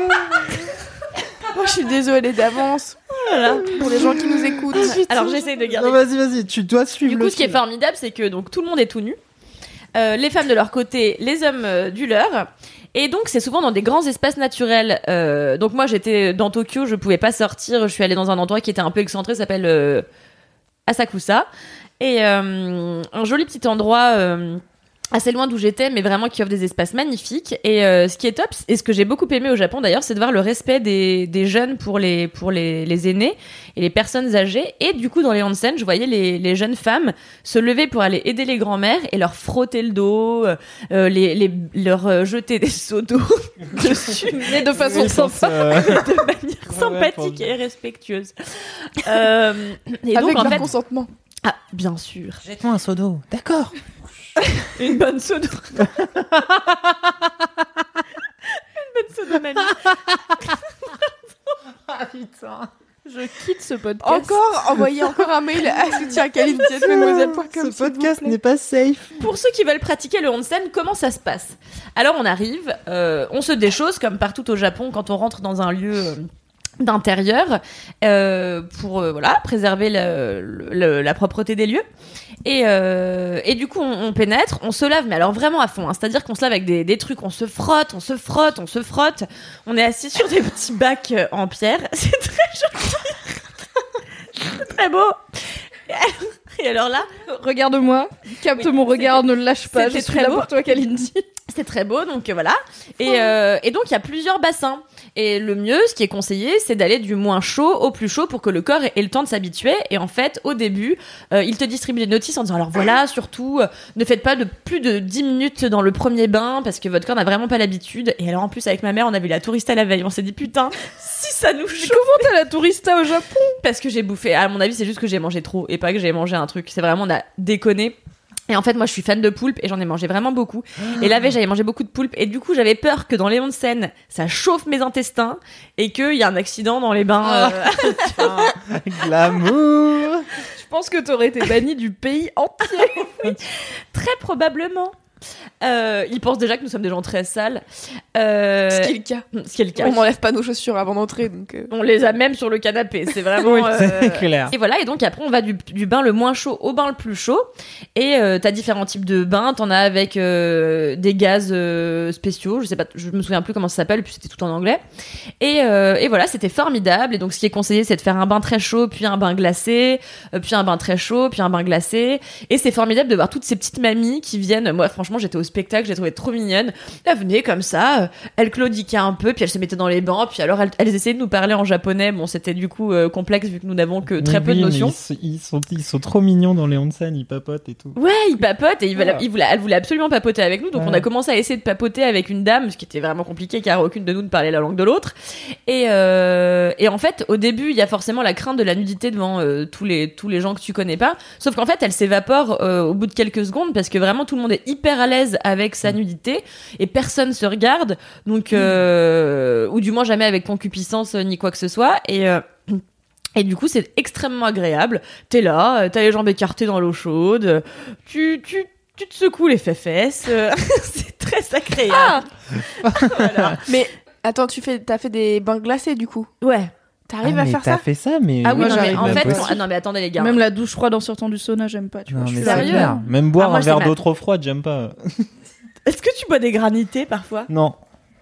Je suis désolée d'avance. Voilà. Pour les gens qui nous écoutent. Alors j'essaye de garder. Non, vas-y, tu dois suivre Du le coup, ce qui est fil. formidable, c'est que donc tout le monde est tout nu. Les femmes de leur côté, les hommes du leur. Et donc, c'est souvent dans des grands espaces naturels. Donc moi, j'étais dans Tokyo, je pouvais pas sortir. Je suis allée dans un endroit qui était un peu excentré, ça s'appelle Asakusa. Et un joli petit endroit assez loin d'où j'étais, mais vraiment qui offre des espaces magnifiques. Et ce qui est top, et ce que j'ai beaucoup aimé au Japon d'ailleurs, c'est de voir le respect des jeunes pour les aînés et les personnes âgées. Et du coup, dans les onsen, je voyais les jeunes femmes se lever pour aller aider les grands-mères et leur frotter le dos, leur jeter des seaux d'eau dessus, mais de façon Oui, sympa, de manière Ouais, sympathique pour- et respectueuse. Et donc, Avec en leur fait, consentement. ah, bien sûr, Jette-moi un seau d'eau. D'accord. une bonne seau d'eau. Une bonne seau d'eau, mamie. Ah putain. Je quitte ce podcast. Envoyez encore un mail à soutien@mademoiselle.com. Ce podcast n'est pas safe. Pour ceux qui veulent pratiquer le onsen, comment ça se passe? Alors on arrive, on se déchausse comme partout au Japon quand on rentre dans un lieu d'intérieur pour voilà préserver la propreté des lieux. Et du coup on pénètre, on se lave, mais alors vraiment à fond, hein. C'est-à-dire qu'on se lave avec des trucs, on se frotte, on est assis sur des petits bacs en pierre, c'est très joli. très beau. Et alors là, regarde-moi, capte mon regard, ne le lâche pas. Je suis là pour toi, Kalindi. C'était très beau, donc voilà. Et donc il y a plusieurs bassins. Et le mieux, ce qui est conseillé, c'est d'aller du moins chaud au plus chaud pour que le corps ait le temps de s'habituer. Et en fait, au début, ils te distribuent des notices en disant alors voilà, surtout, ne faites pas de plus de 10 minutes dans le premier bain parce que votre corps n'a vraiment pas l'habitude. Et alors en plus, avec ma mère, on a vu la tourista la veille. On s'est dit putain, si ça nous chauffe. Comment t'as la tourista au Japon? Parce que j'ai bouffé. À mon avis, c'est juste que j'ai mangé trop et pas que j'ai mangé un truc. C'est vraiment, on a déconné. Et en fait, moi, je suis fan de poulpe et j'en ai mangé vraiment beaucoup. Et la veille, j'avais mangé beaucoup de poulpe. Et du coup, j'avais peur que dans les onsen, ça chauffe mes intestins et qu'il y a un accident dans les bains. Glamour. Je pense que t'aurais été bannie du pays entier. Oui, très probablement. Ils pensent déjà que nous sommes des gens très sales. Ce qui est le cas. On n'enlève pas nos chaussures avant d'entrer. Donc on les a même sur le canapé. C'est vraiment... c'est clair. Et voilà, et donc après on va du bain le moins chaud au bain le plus chaud. Et t'as différents types de bains. T'en as avec des gaz spéciaux. Je sais pas, je me souviens plus comment ça s'appelle. Et puis c'était tout en anglais. Et voilà, c'était formidable. Et donc ce qui est conseillé, c'est de faire un bain très chaud, puis un bain glacé, puis un bain très chaud, puis un bain glacé. Et c'est formidable de voir toutes ces petites mamies qui viennent. Moi, franchement, j'étais au spectacle, j'ai trouvé trop mignonne. Elles venaient comme ça, elles claudiquaient un peu, puis elles se mettaient dans les bancs, puis alors elles essayaient de nous parler en japonais. Bon, c'était du coup complexe vu que nous n'avons que très peu de notions. Ils sont trop mignons dans les onsen, ils papotent et tout. Ouais, ils papotent et elle voulait absolument papoter avec nous, donc on a commencé à essayer de papoter avec une dame, ce qui était vraiment compliqué car aucune de nous ne parlait la langue de l'autre. Et en fait, au début, il y a forcément la crainte de la nudité devant tous les gens que tu connais pas. Sauf qu'en fait, elle s'évapore au bout de quelques secondes parce que vraiment tout le monde est hyper à l'aise avec sa nudité et personne se regarde, donc ou du moins jamais avec concupiscence ni quoi que ce soit. Et du coup, c'est extrêmement agréable. T'es là, t'as les jambes écartées dans l'eau chaude, tu te secoues les fesses. C'est très agréable. Voilà. Mais attends, t'as fait des bains glacés du coup? Ouais. T'arrives à faire ça? T'as fait ça, mais... Ah oui, moi, non, mais en fait... pas. non, mais attendez les gars. Même la douche froide en sortant du sauna, j'aime pas, tu vois. Non, mais sérieux. clair. Même boire moi, un verre d'eau trop froide, j'aime pas. Est-ce que tu bois des granités parfois? Non.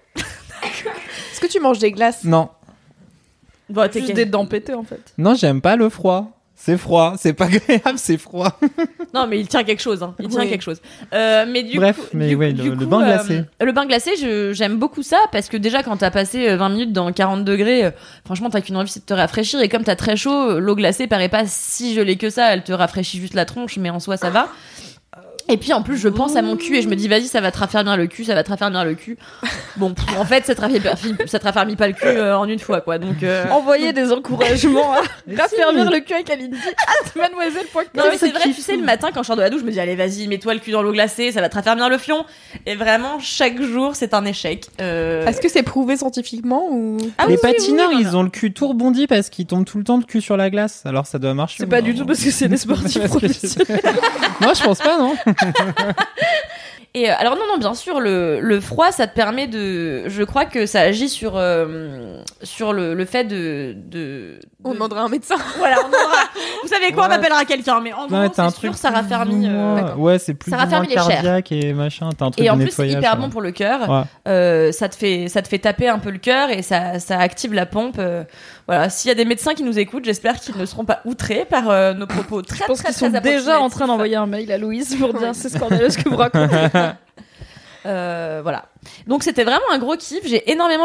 Est-ce que tu manges des glaces? Non. Bon, t'es juste des dents pétées, en fait. Non, j'aime pas le froid. C'est froid, c'est pas agréable, c'est froid. Non, mais il tient quelque chose, hein. Il tient quelque chose. Mais du Bref, coup, mais ouais, le bain glacé. Le bain glacé, j'aime beaucoup ça parce que déjà quand t'as passé 20 minutes dans 40 degrés, franchement, t'as qu'une envie, c'est de te rafraîchir. Et comme t'as très chaud, l'eau glacée paraît pas si gelée que ça. Elle te rafraîchit juste la tronche, mais en soi, ça va. Et puis en plus, je pense à mon cul et je me dis, vas-y, ça va te raffermir le cul, ça va te raffermir le cul. Bon, en fait, ça te raffermit pas le cul en une fois, quoi. Donc, envoyer des encouragements à raffermir le cul à Kalindi. Mademoiselle.com. Non, mais c'est vrai, tu sais, le matin, quand je sors de la douche, je me dis, allez, vas-y, mets-toi le cul dans l'eau glacée, ça va te raffermir le fion. Et vraiment, chaque jour, c'est un échec. Est-ce que c'est prouvé scientifiquement ou... Les patineurs, ils ont le cul tout rebondi parce qu'ils tombent tout le temps le cul sur la glace. Alors ça doit marcher. C'est pas du tout parce que c'est des sportifs professionnels. Moi, je pense pas, non. Et alors non, bien sûr, le froid, ça te permet de... Je crois que ça agit sur le fait de... On demandera un médecin. Voilà, on demandera... Vous savez quoi, on appellera quelqu'un, mais en gros, c'est sûr, ça raffermit... Ouais, c'est plus cardiaque et machin, t'as un truc de nettoyage. Et en plus, c'est hyper bon pour le cœur. Ouais. Ça te fait taper un peu le cœur et ça active la pompe. Voilà, s'il y a des médecins qui nous écoutent, j'espère qu'ils ne seront pas outrés par nos propos très, je pense qu'ils sont déjà en train d'envoyer un mail à Louise pour dire c'est scandaleux ce que vous racontez. Voilà. Donc c'était vraiment un gros kiff. J'ai énormément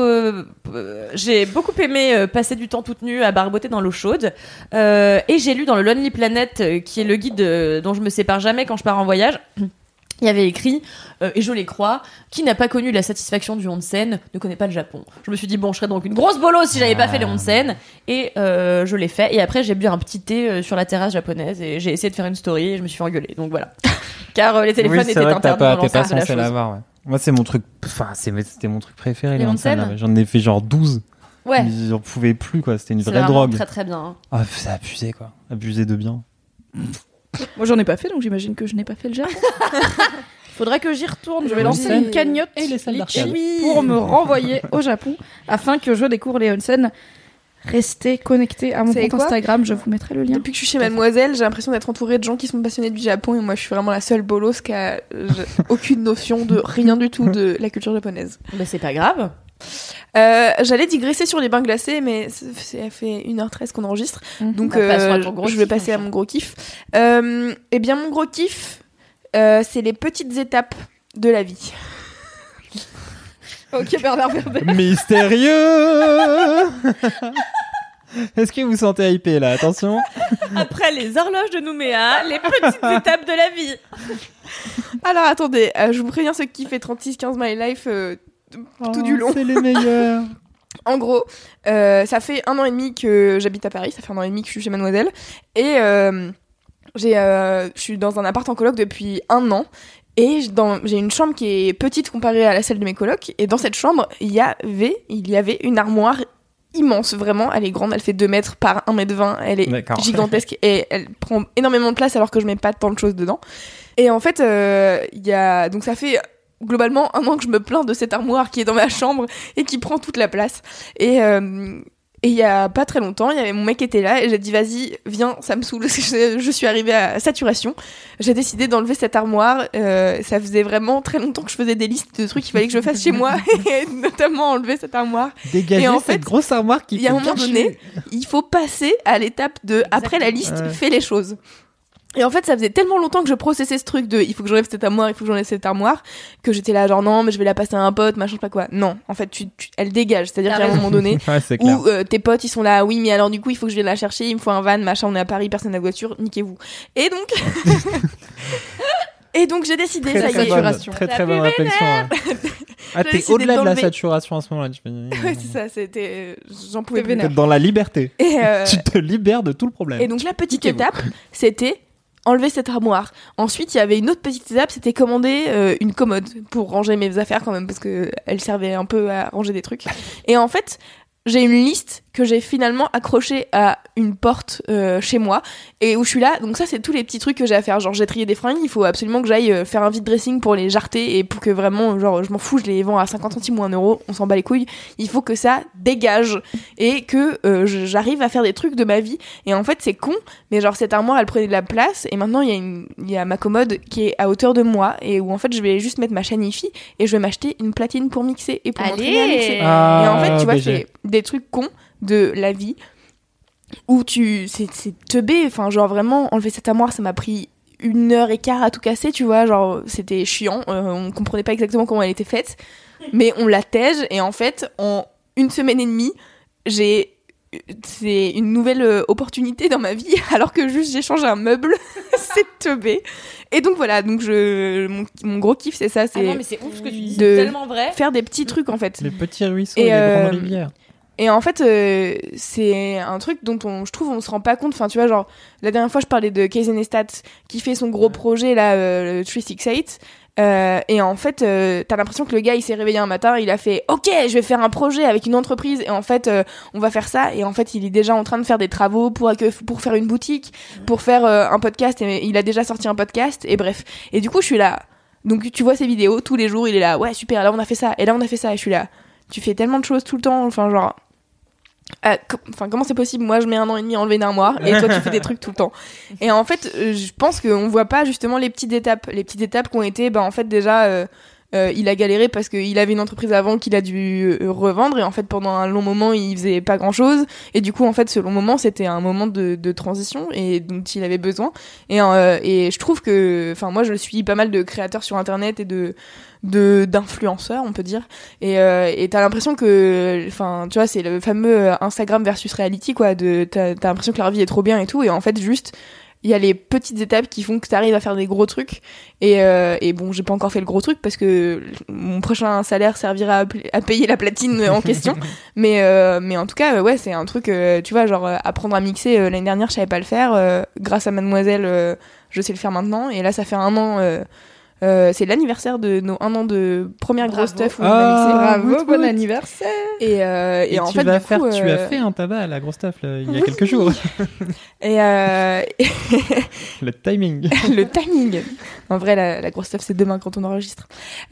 j'ai beaucoup aimé passer du temps toute nue à barboter dans l'eau chaude. Et j'ai lu dans le Lonely Planet, qui est le guide dont je me sépare jamais quand je pars en voyage. Il y avait écrit, et je les crois, qui n'a pas connu la satisfaction du onsen ne connaît pas le Japon. Je me suis dit, bon, je serais donc une grosse bolosse si j'avais pas fait les onsen. Et je l'ai fait. Et après, j'ai bu un petit thé sur la terrasse japonaise et j'ai essayé de faire une story et je me suis fait engueuler. Donc voilà. Car les téléphones étaient interdits dans l'enceinte de la chose. T'es pas censé l'avoir, ouais. Moi, c'est mon truc, c'était mon truc préféré, les onsen. onsen. J'en ai fait genre 12. Ouais. Mais j'en pouvais plus, quoi. C'était une vraie vraiment drogue. Très, très bien. Hein. Ah, c'est abusé, quoi. Abusé de bien. Moi, j'en ai pas fait, donc j'imagine que je n'ai pas fait le Japon. Faudrait que j'y retourne. Je vais lancer une cagnotte et les salles d'arcade pour me renvoyer au Japon afin que je découvre les onsen. Restez connectés à mon compte Instagram, je vous mettrai le lien. Depuis que je suis chez Mademoiselle, j'ai l'impression d'être entourée de gens qui sont passionnés du Japon et moi je suis vraiment la seule bolosse qui a aucune notion de rien du tout de la culture japonaise. Bah c'est pas grave. J'allais digresser sur les bains glacés, mais ça fait 1h13 qu'on enregistre. Donc, je vais passer à mon gros kiff. Eh bien, mon gros kiff, c'est les petites étapes de la vie. Ok, Bernard Werber. Mystérieux. Est-ce que vous sentez hypé là? Attention. Après les horloges de Nouméa, les petites étapes de la vie. Alors attendez, je vous préviens, ceux qui fait 36-15 My Life tout du long. C'est les meilleurs. En gros, ça fait 1 an et demi que j'habite à Paris, ça fait 1 an et demi que je suis chez Mademoiselle. Et je suis dans un appart en coloc depuis 1 an. Et j'ai une chambre qui est petite comparée à la salle de mes colocs. Et dans cette chambre, il y avait une armoire immense, vraiment. Elle est grande, elle fait 2 mètres par 1 mètre 20. Elle est gigantesque et elle prend énormément de place alors que je mets pas tant de choses dedans. Et en fait, donc ça fait globalement 1 an que je me plains de cette armoire qui est dans ma chambre et qui prend toute la place. Et il y a pas très longtemps, il y avait mon mec qui était là et j'ai dit vas-y, viens, ça me saoule. Je suis arrivée à saturation. J'ai décidé d'enlever cette armoire. Ça faisait vraiment très longtemps que je faisais des listes de trucs qu'il fallait que je fasse chez moi et notamment enlever cette armoire. Dégager et en cette fait, grosse armoire qui. Il y a un moment donné, il faut passer à l'étape de après la liste, fais les choses. Et en fait, ça faisait tellement longtemps que je processais ce truc de il faut que j'enlève cette armoire, que j'étais là genre non, mais je vais la passer à un pote, machin, je sais pas quoi. Non, en fait, elle dégage. C'est-à-dire qu'à un moment donné, où tes potes ils sont là, oui, mais alors du coup, il faut que je vienne la chercher, il me faut un van, machin, on est à Paris, personne n'a de voiture, niquez-vous. Et donc, j'ai décidé, très, ça y est. Saturation. Très bonne réflexion. Ah, t'es au-delà de la saturation à ce moment-là. Ouais, c'est ça, j'en pouvais plus. T'es dans la liberté. Et tu te libères de tout le problème. Et donc, la petite étape, c'était enlever cette armoire. Ensuite, il y avait une autre petite étape, c'était commander une commode pour ranger mes affaires quand même, parce que elle servait un peu à ranger des trucs. Et en fait, j'ai une liste que j'ai finalement accrochée à une porte chez moi et où je suis là. Donc ça, c'est tous les petits trucs que j'ai à faire. Genre, j'ai trié des fringues, il faut absolument que j'aille faire un vide dressing pour les jarter et pour que vraiment, genre, je m'en fous, je les vends à 50 centimes ou 1 euro, on s'en bat les couilles. Il faut que ça dégage et que j'arrive à faire des trucs de ma vie. Et en fait, c'est con, mais genre, cette armoire, elle prenait de la place et maintenant, il y a ma commode qui est à hauteur de moi et où en fait, je vais juste mettre ma chaîne hi-fi et je vais m'acheter une platine pour mixer et pour m'entraîner à mixer. Et en fait, tu vois, c'est des trucs cons de la vie où c'est teubé, enfin genre vraiment enlever cette armoire ça m'a pris 1h15 à tout casser, tu vois, genre c'était chiant, on comprenait pas exactement comment elle était faite mais on la tège et en fait en 1 semaine et demie c'est une nouvelle opportunité dans ma vie alors que juste j'ai changé un meuble. C'est teubé. Et donc voilà, donc mon gros kiff c'est ça, c'est non mais c'est ouf ce que tu dis, c'est tellement vrai, faire des petits trucs en fait, les petits ruisseaux et les grandes rivières. Et en fait, c'est un truc dont je trouve on se rend pas compte. Enfin, tu vois, genre, la dernière fois, je parlais de Casey Neistat qui fait son gros projet, là, le 368. Et en fait, t'as l'impression que le gars, il s'est réveillé un matin, il a fait « Ok, je vais faire un projet avec une entreprise. » Et en fait, on va faire ça. Et en fait, il est déjà en train de faire des travaux pour faire une boutique, pour faire un podcast. Et il a déjà sorti un podcast. Et bref. Et du coup, je suis là. Donc, tu vois ses vidéos, tous les jours, il est là. Ouais, super, là, on a fait ça. Et là, on a fait ça. Et je suis là. Tu fais tellement de choses tout le temps. Enfin, genre... comment c'est possible? Moi je mets 1 an et demi à enlever une armoire et toi tu fais des trucs tout le temps. Et en fait je pense qu'on voit pas justement les petites étapes qui ont été en fait déjà il a galéré parce qu'il avait une entreprise avant qu'il a dû revendre et en fait pendant un long moment il faisait pas grand chose et du coup en fait ce long moment c'était un moment de transition et dont il avait besoin et je trouve que moi je suis pas mal de créateurs sur internet et d'influenceurs on peut dire et t'as l'impression que tu vois c'est le fameux Instagram versus reality quoi, t'as l'impression que leur vie est trop bien et tout et en fait juste il y a les petites étapes qui font que t'arrives à faire des gros trucs et bon j'ai pas encore fait le gros truc parce que mon prochain salaire servira à payer la platine en question mais en tout cas ouais c'est un truc tu vois genre apprendre à mixer l'année dernière je savais pas le faire grâce à Mademoiselle je sais le faire maintenant et là ça fait 1 an c'est l'anniversaire de nos 1 an de première grosse stuff où on a mixé. Bravo, bon anniversaire. Et en fait, tu as fait un tabac à la grosse stuff il y a quelques jours. Et le timing. Le timing. En vrai, la grosse stuff c'est demain quand on enregistre.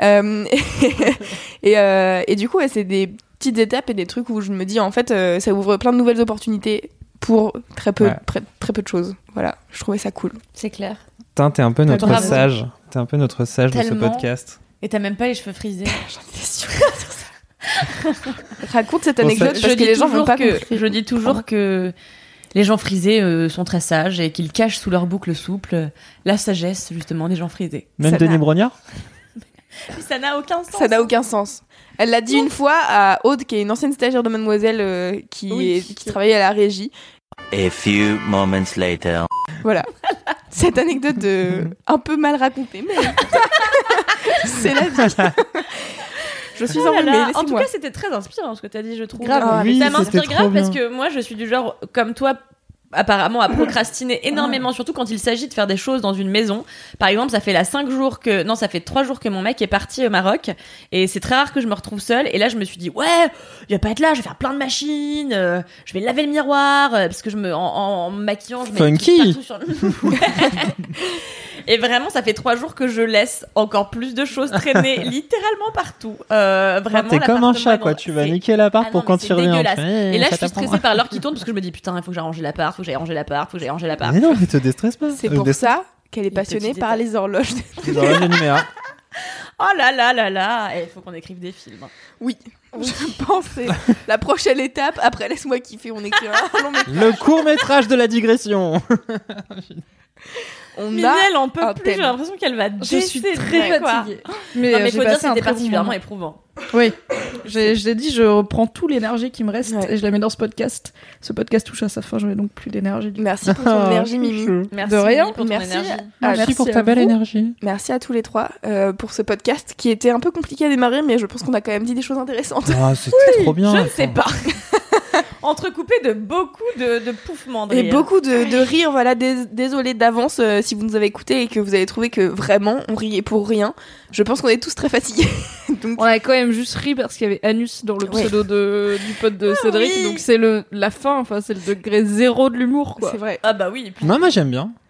Et du coup, c'est des petites étapes et des trucs où je me dis en fait, ça ouvre plein de nouvelles opportunités pour très peu de choses. Voilà, je trouvais ça cool. C'est clair. T'es un peu notre sage. T'es un peu notre sage de ce podcast. Et t'as même pas les cheveux frisés. J'en étais sûre. Raconte cette anecdote parce que les gens vont pas comprendre. Je dis toujours que les gens frisés sont très sages et qu'ils cachent sous leur boucle souple la sagesse justement des gens frisés. Même Denis Brognard. Mais ça n'a aucun sens. Ça n'a aucun sens. Elle l'a dit une fois à Aude, qui est une ancienne stagiaire de Mademoiselle, qui travaillait à la régie. A few moments later. Voilà. Cette anecdote un peu mal racontée, mais c'est la vie. Je suis enrhumée, laissez-moi. En tout cas, c'était très inspirant ce que tu as dit, je trouve. Grave. Oui, ça m'inspire grave bien. parce que moi, je suis du genre, comme toi, apparemment à procrastiner énormément, surtout quand il s'agit de faire des choses dans une maison. Par exemple, ça fait 3 jours que mon mec est parti au Maroc et c'est très rare que je me retrouve seule. Et là, je me suis dit, ouais, il va pas être là, je vais faire plein de machines, je vais laver le miroir, parce que en me maquillant, je mets Funky. partout sur Et vraiment, ça fait 3 jours que je laisse encore plus de choses traîner littéralement partout. Vraiment, t'es comme un chat, quoi. Tu vas niquer l'appart pour quand il revient. Et là, je suis stressée par l'heure qui tourne parce que je me dis, putain, il faut que j'arrange l'appart, faut que j'aille ranger l'appart. Mais non, mais te déstresse pas. C'est pour ça qu'elle est passionnée par les horloges. Les horloges Numéa. Oh là là là là. Il faut qu'on écrive des films. Oui. Je pense que c'est la prochaine étape. Après, laisse-moi kiffer, on écrit un long métrage. Le court-métrage de la digression. Elle en peut plus, j'ai l'impression qu'elle va décéder. Je suis très fatiguée. Mais il faut dire que c'était particulièrement éprouvant. Oui, j'ai dit, je reprends toute l'énergie qui me reste et je la mets dans ce podcast. Ce podcast touche à sa fin, je n'ai donc plus d'énergie. Merci pour ton énergie, Mimi. Merci de rien. Mimi, pour ton énergie. Merci pour ta belle énergie. Merci à tous les trois pour ce podcast qui était un peu compliqué à démarrer, mais je pense qu'on a quand même dit des choses intéressantes. Ah, c'était trop bien. Je ne sais pas. Entrecoupé de beaucoup de poufements de et rire. beaucoup de rire. Voilà, désolé d'avance si vous nous avez écoutés et que vous avez trouvé que vraiment on riait pour rien. Je pense qu'on est tous très fatigués. Donc... On a quand même juste ri parce qu'il y avait Anus dans le pseudo du pote de Cédric, donc c'est la fin, enfin c'est le degré 0 de l'humour, quoi. C'est vrai. Ah bah oui. Et puis... Non, moi j'aime bien.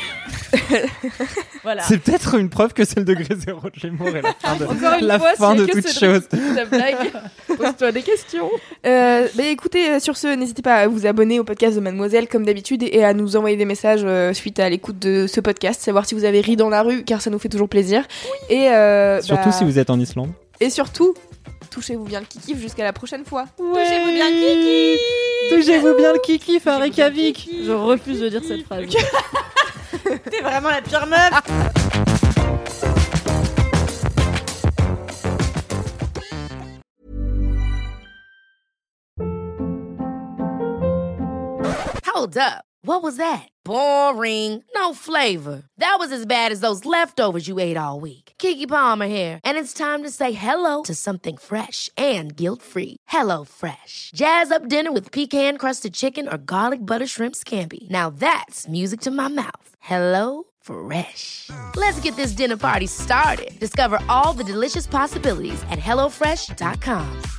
Voilà. C'est peut-être une preuve que c'est le degré 0 de l'humour et la fin de toute chose. La blague. Pose-toi des questions. Écoutez, sur ce, n'hésitez pas à vous abonner au podcast de Mademoiselle comme d'habitude et à nous envoyer des messages suite à l'écoute de ce podcast, savoir si vous avez ri dans la rue car ça nous fait toujours plaisir. Oui. Et surtout si vous êtes en Islande. Et surtout, touchez-vous bien le kiki jusqu'à la prochaine fois. Ouais. Touchez-vous bien le kiki. Touchez-vous bien le kiki, Farikavik. Je refuse de dire cette phrase. T'es vraiment la pire meuf. Hold up. What was that? Boring. No flavor. That was as bad as those leftovers you ate all week. Keke Palmer here, and it's time to say hello to something fresh and guilt-free. Hello Fresh. Jazz up dinner with pecan-crusted chicken or garlic butter shrimp scampi. Now that's music to my mouth. Hello Fresh. Let's get this dinner party started. Discover all the delicious possibilities at HelloFresh.com.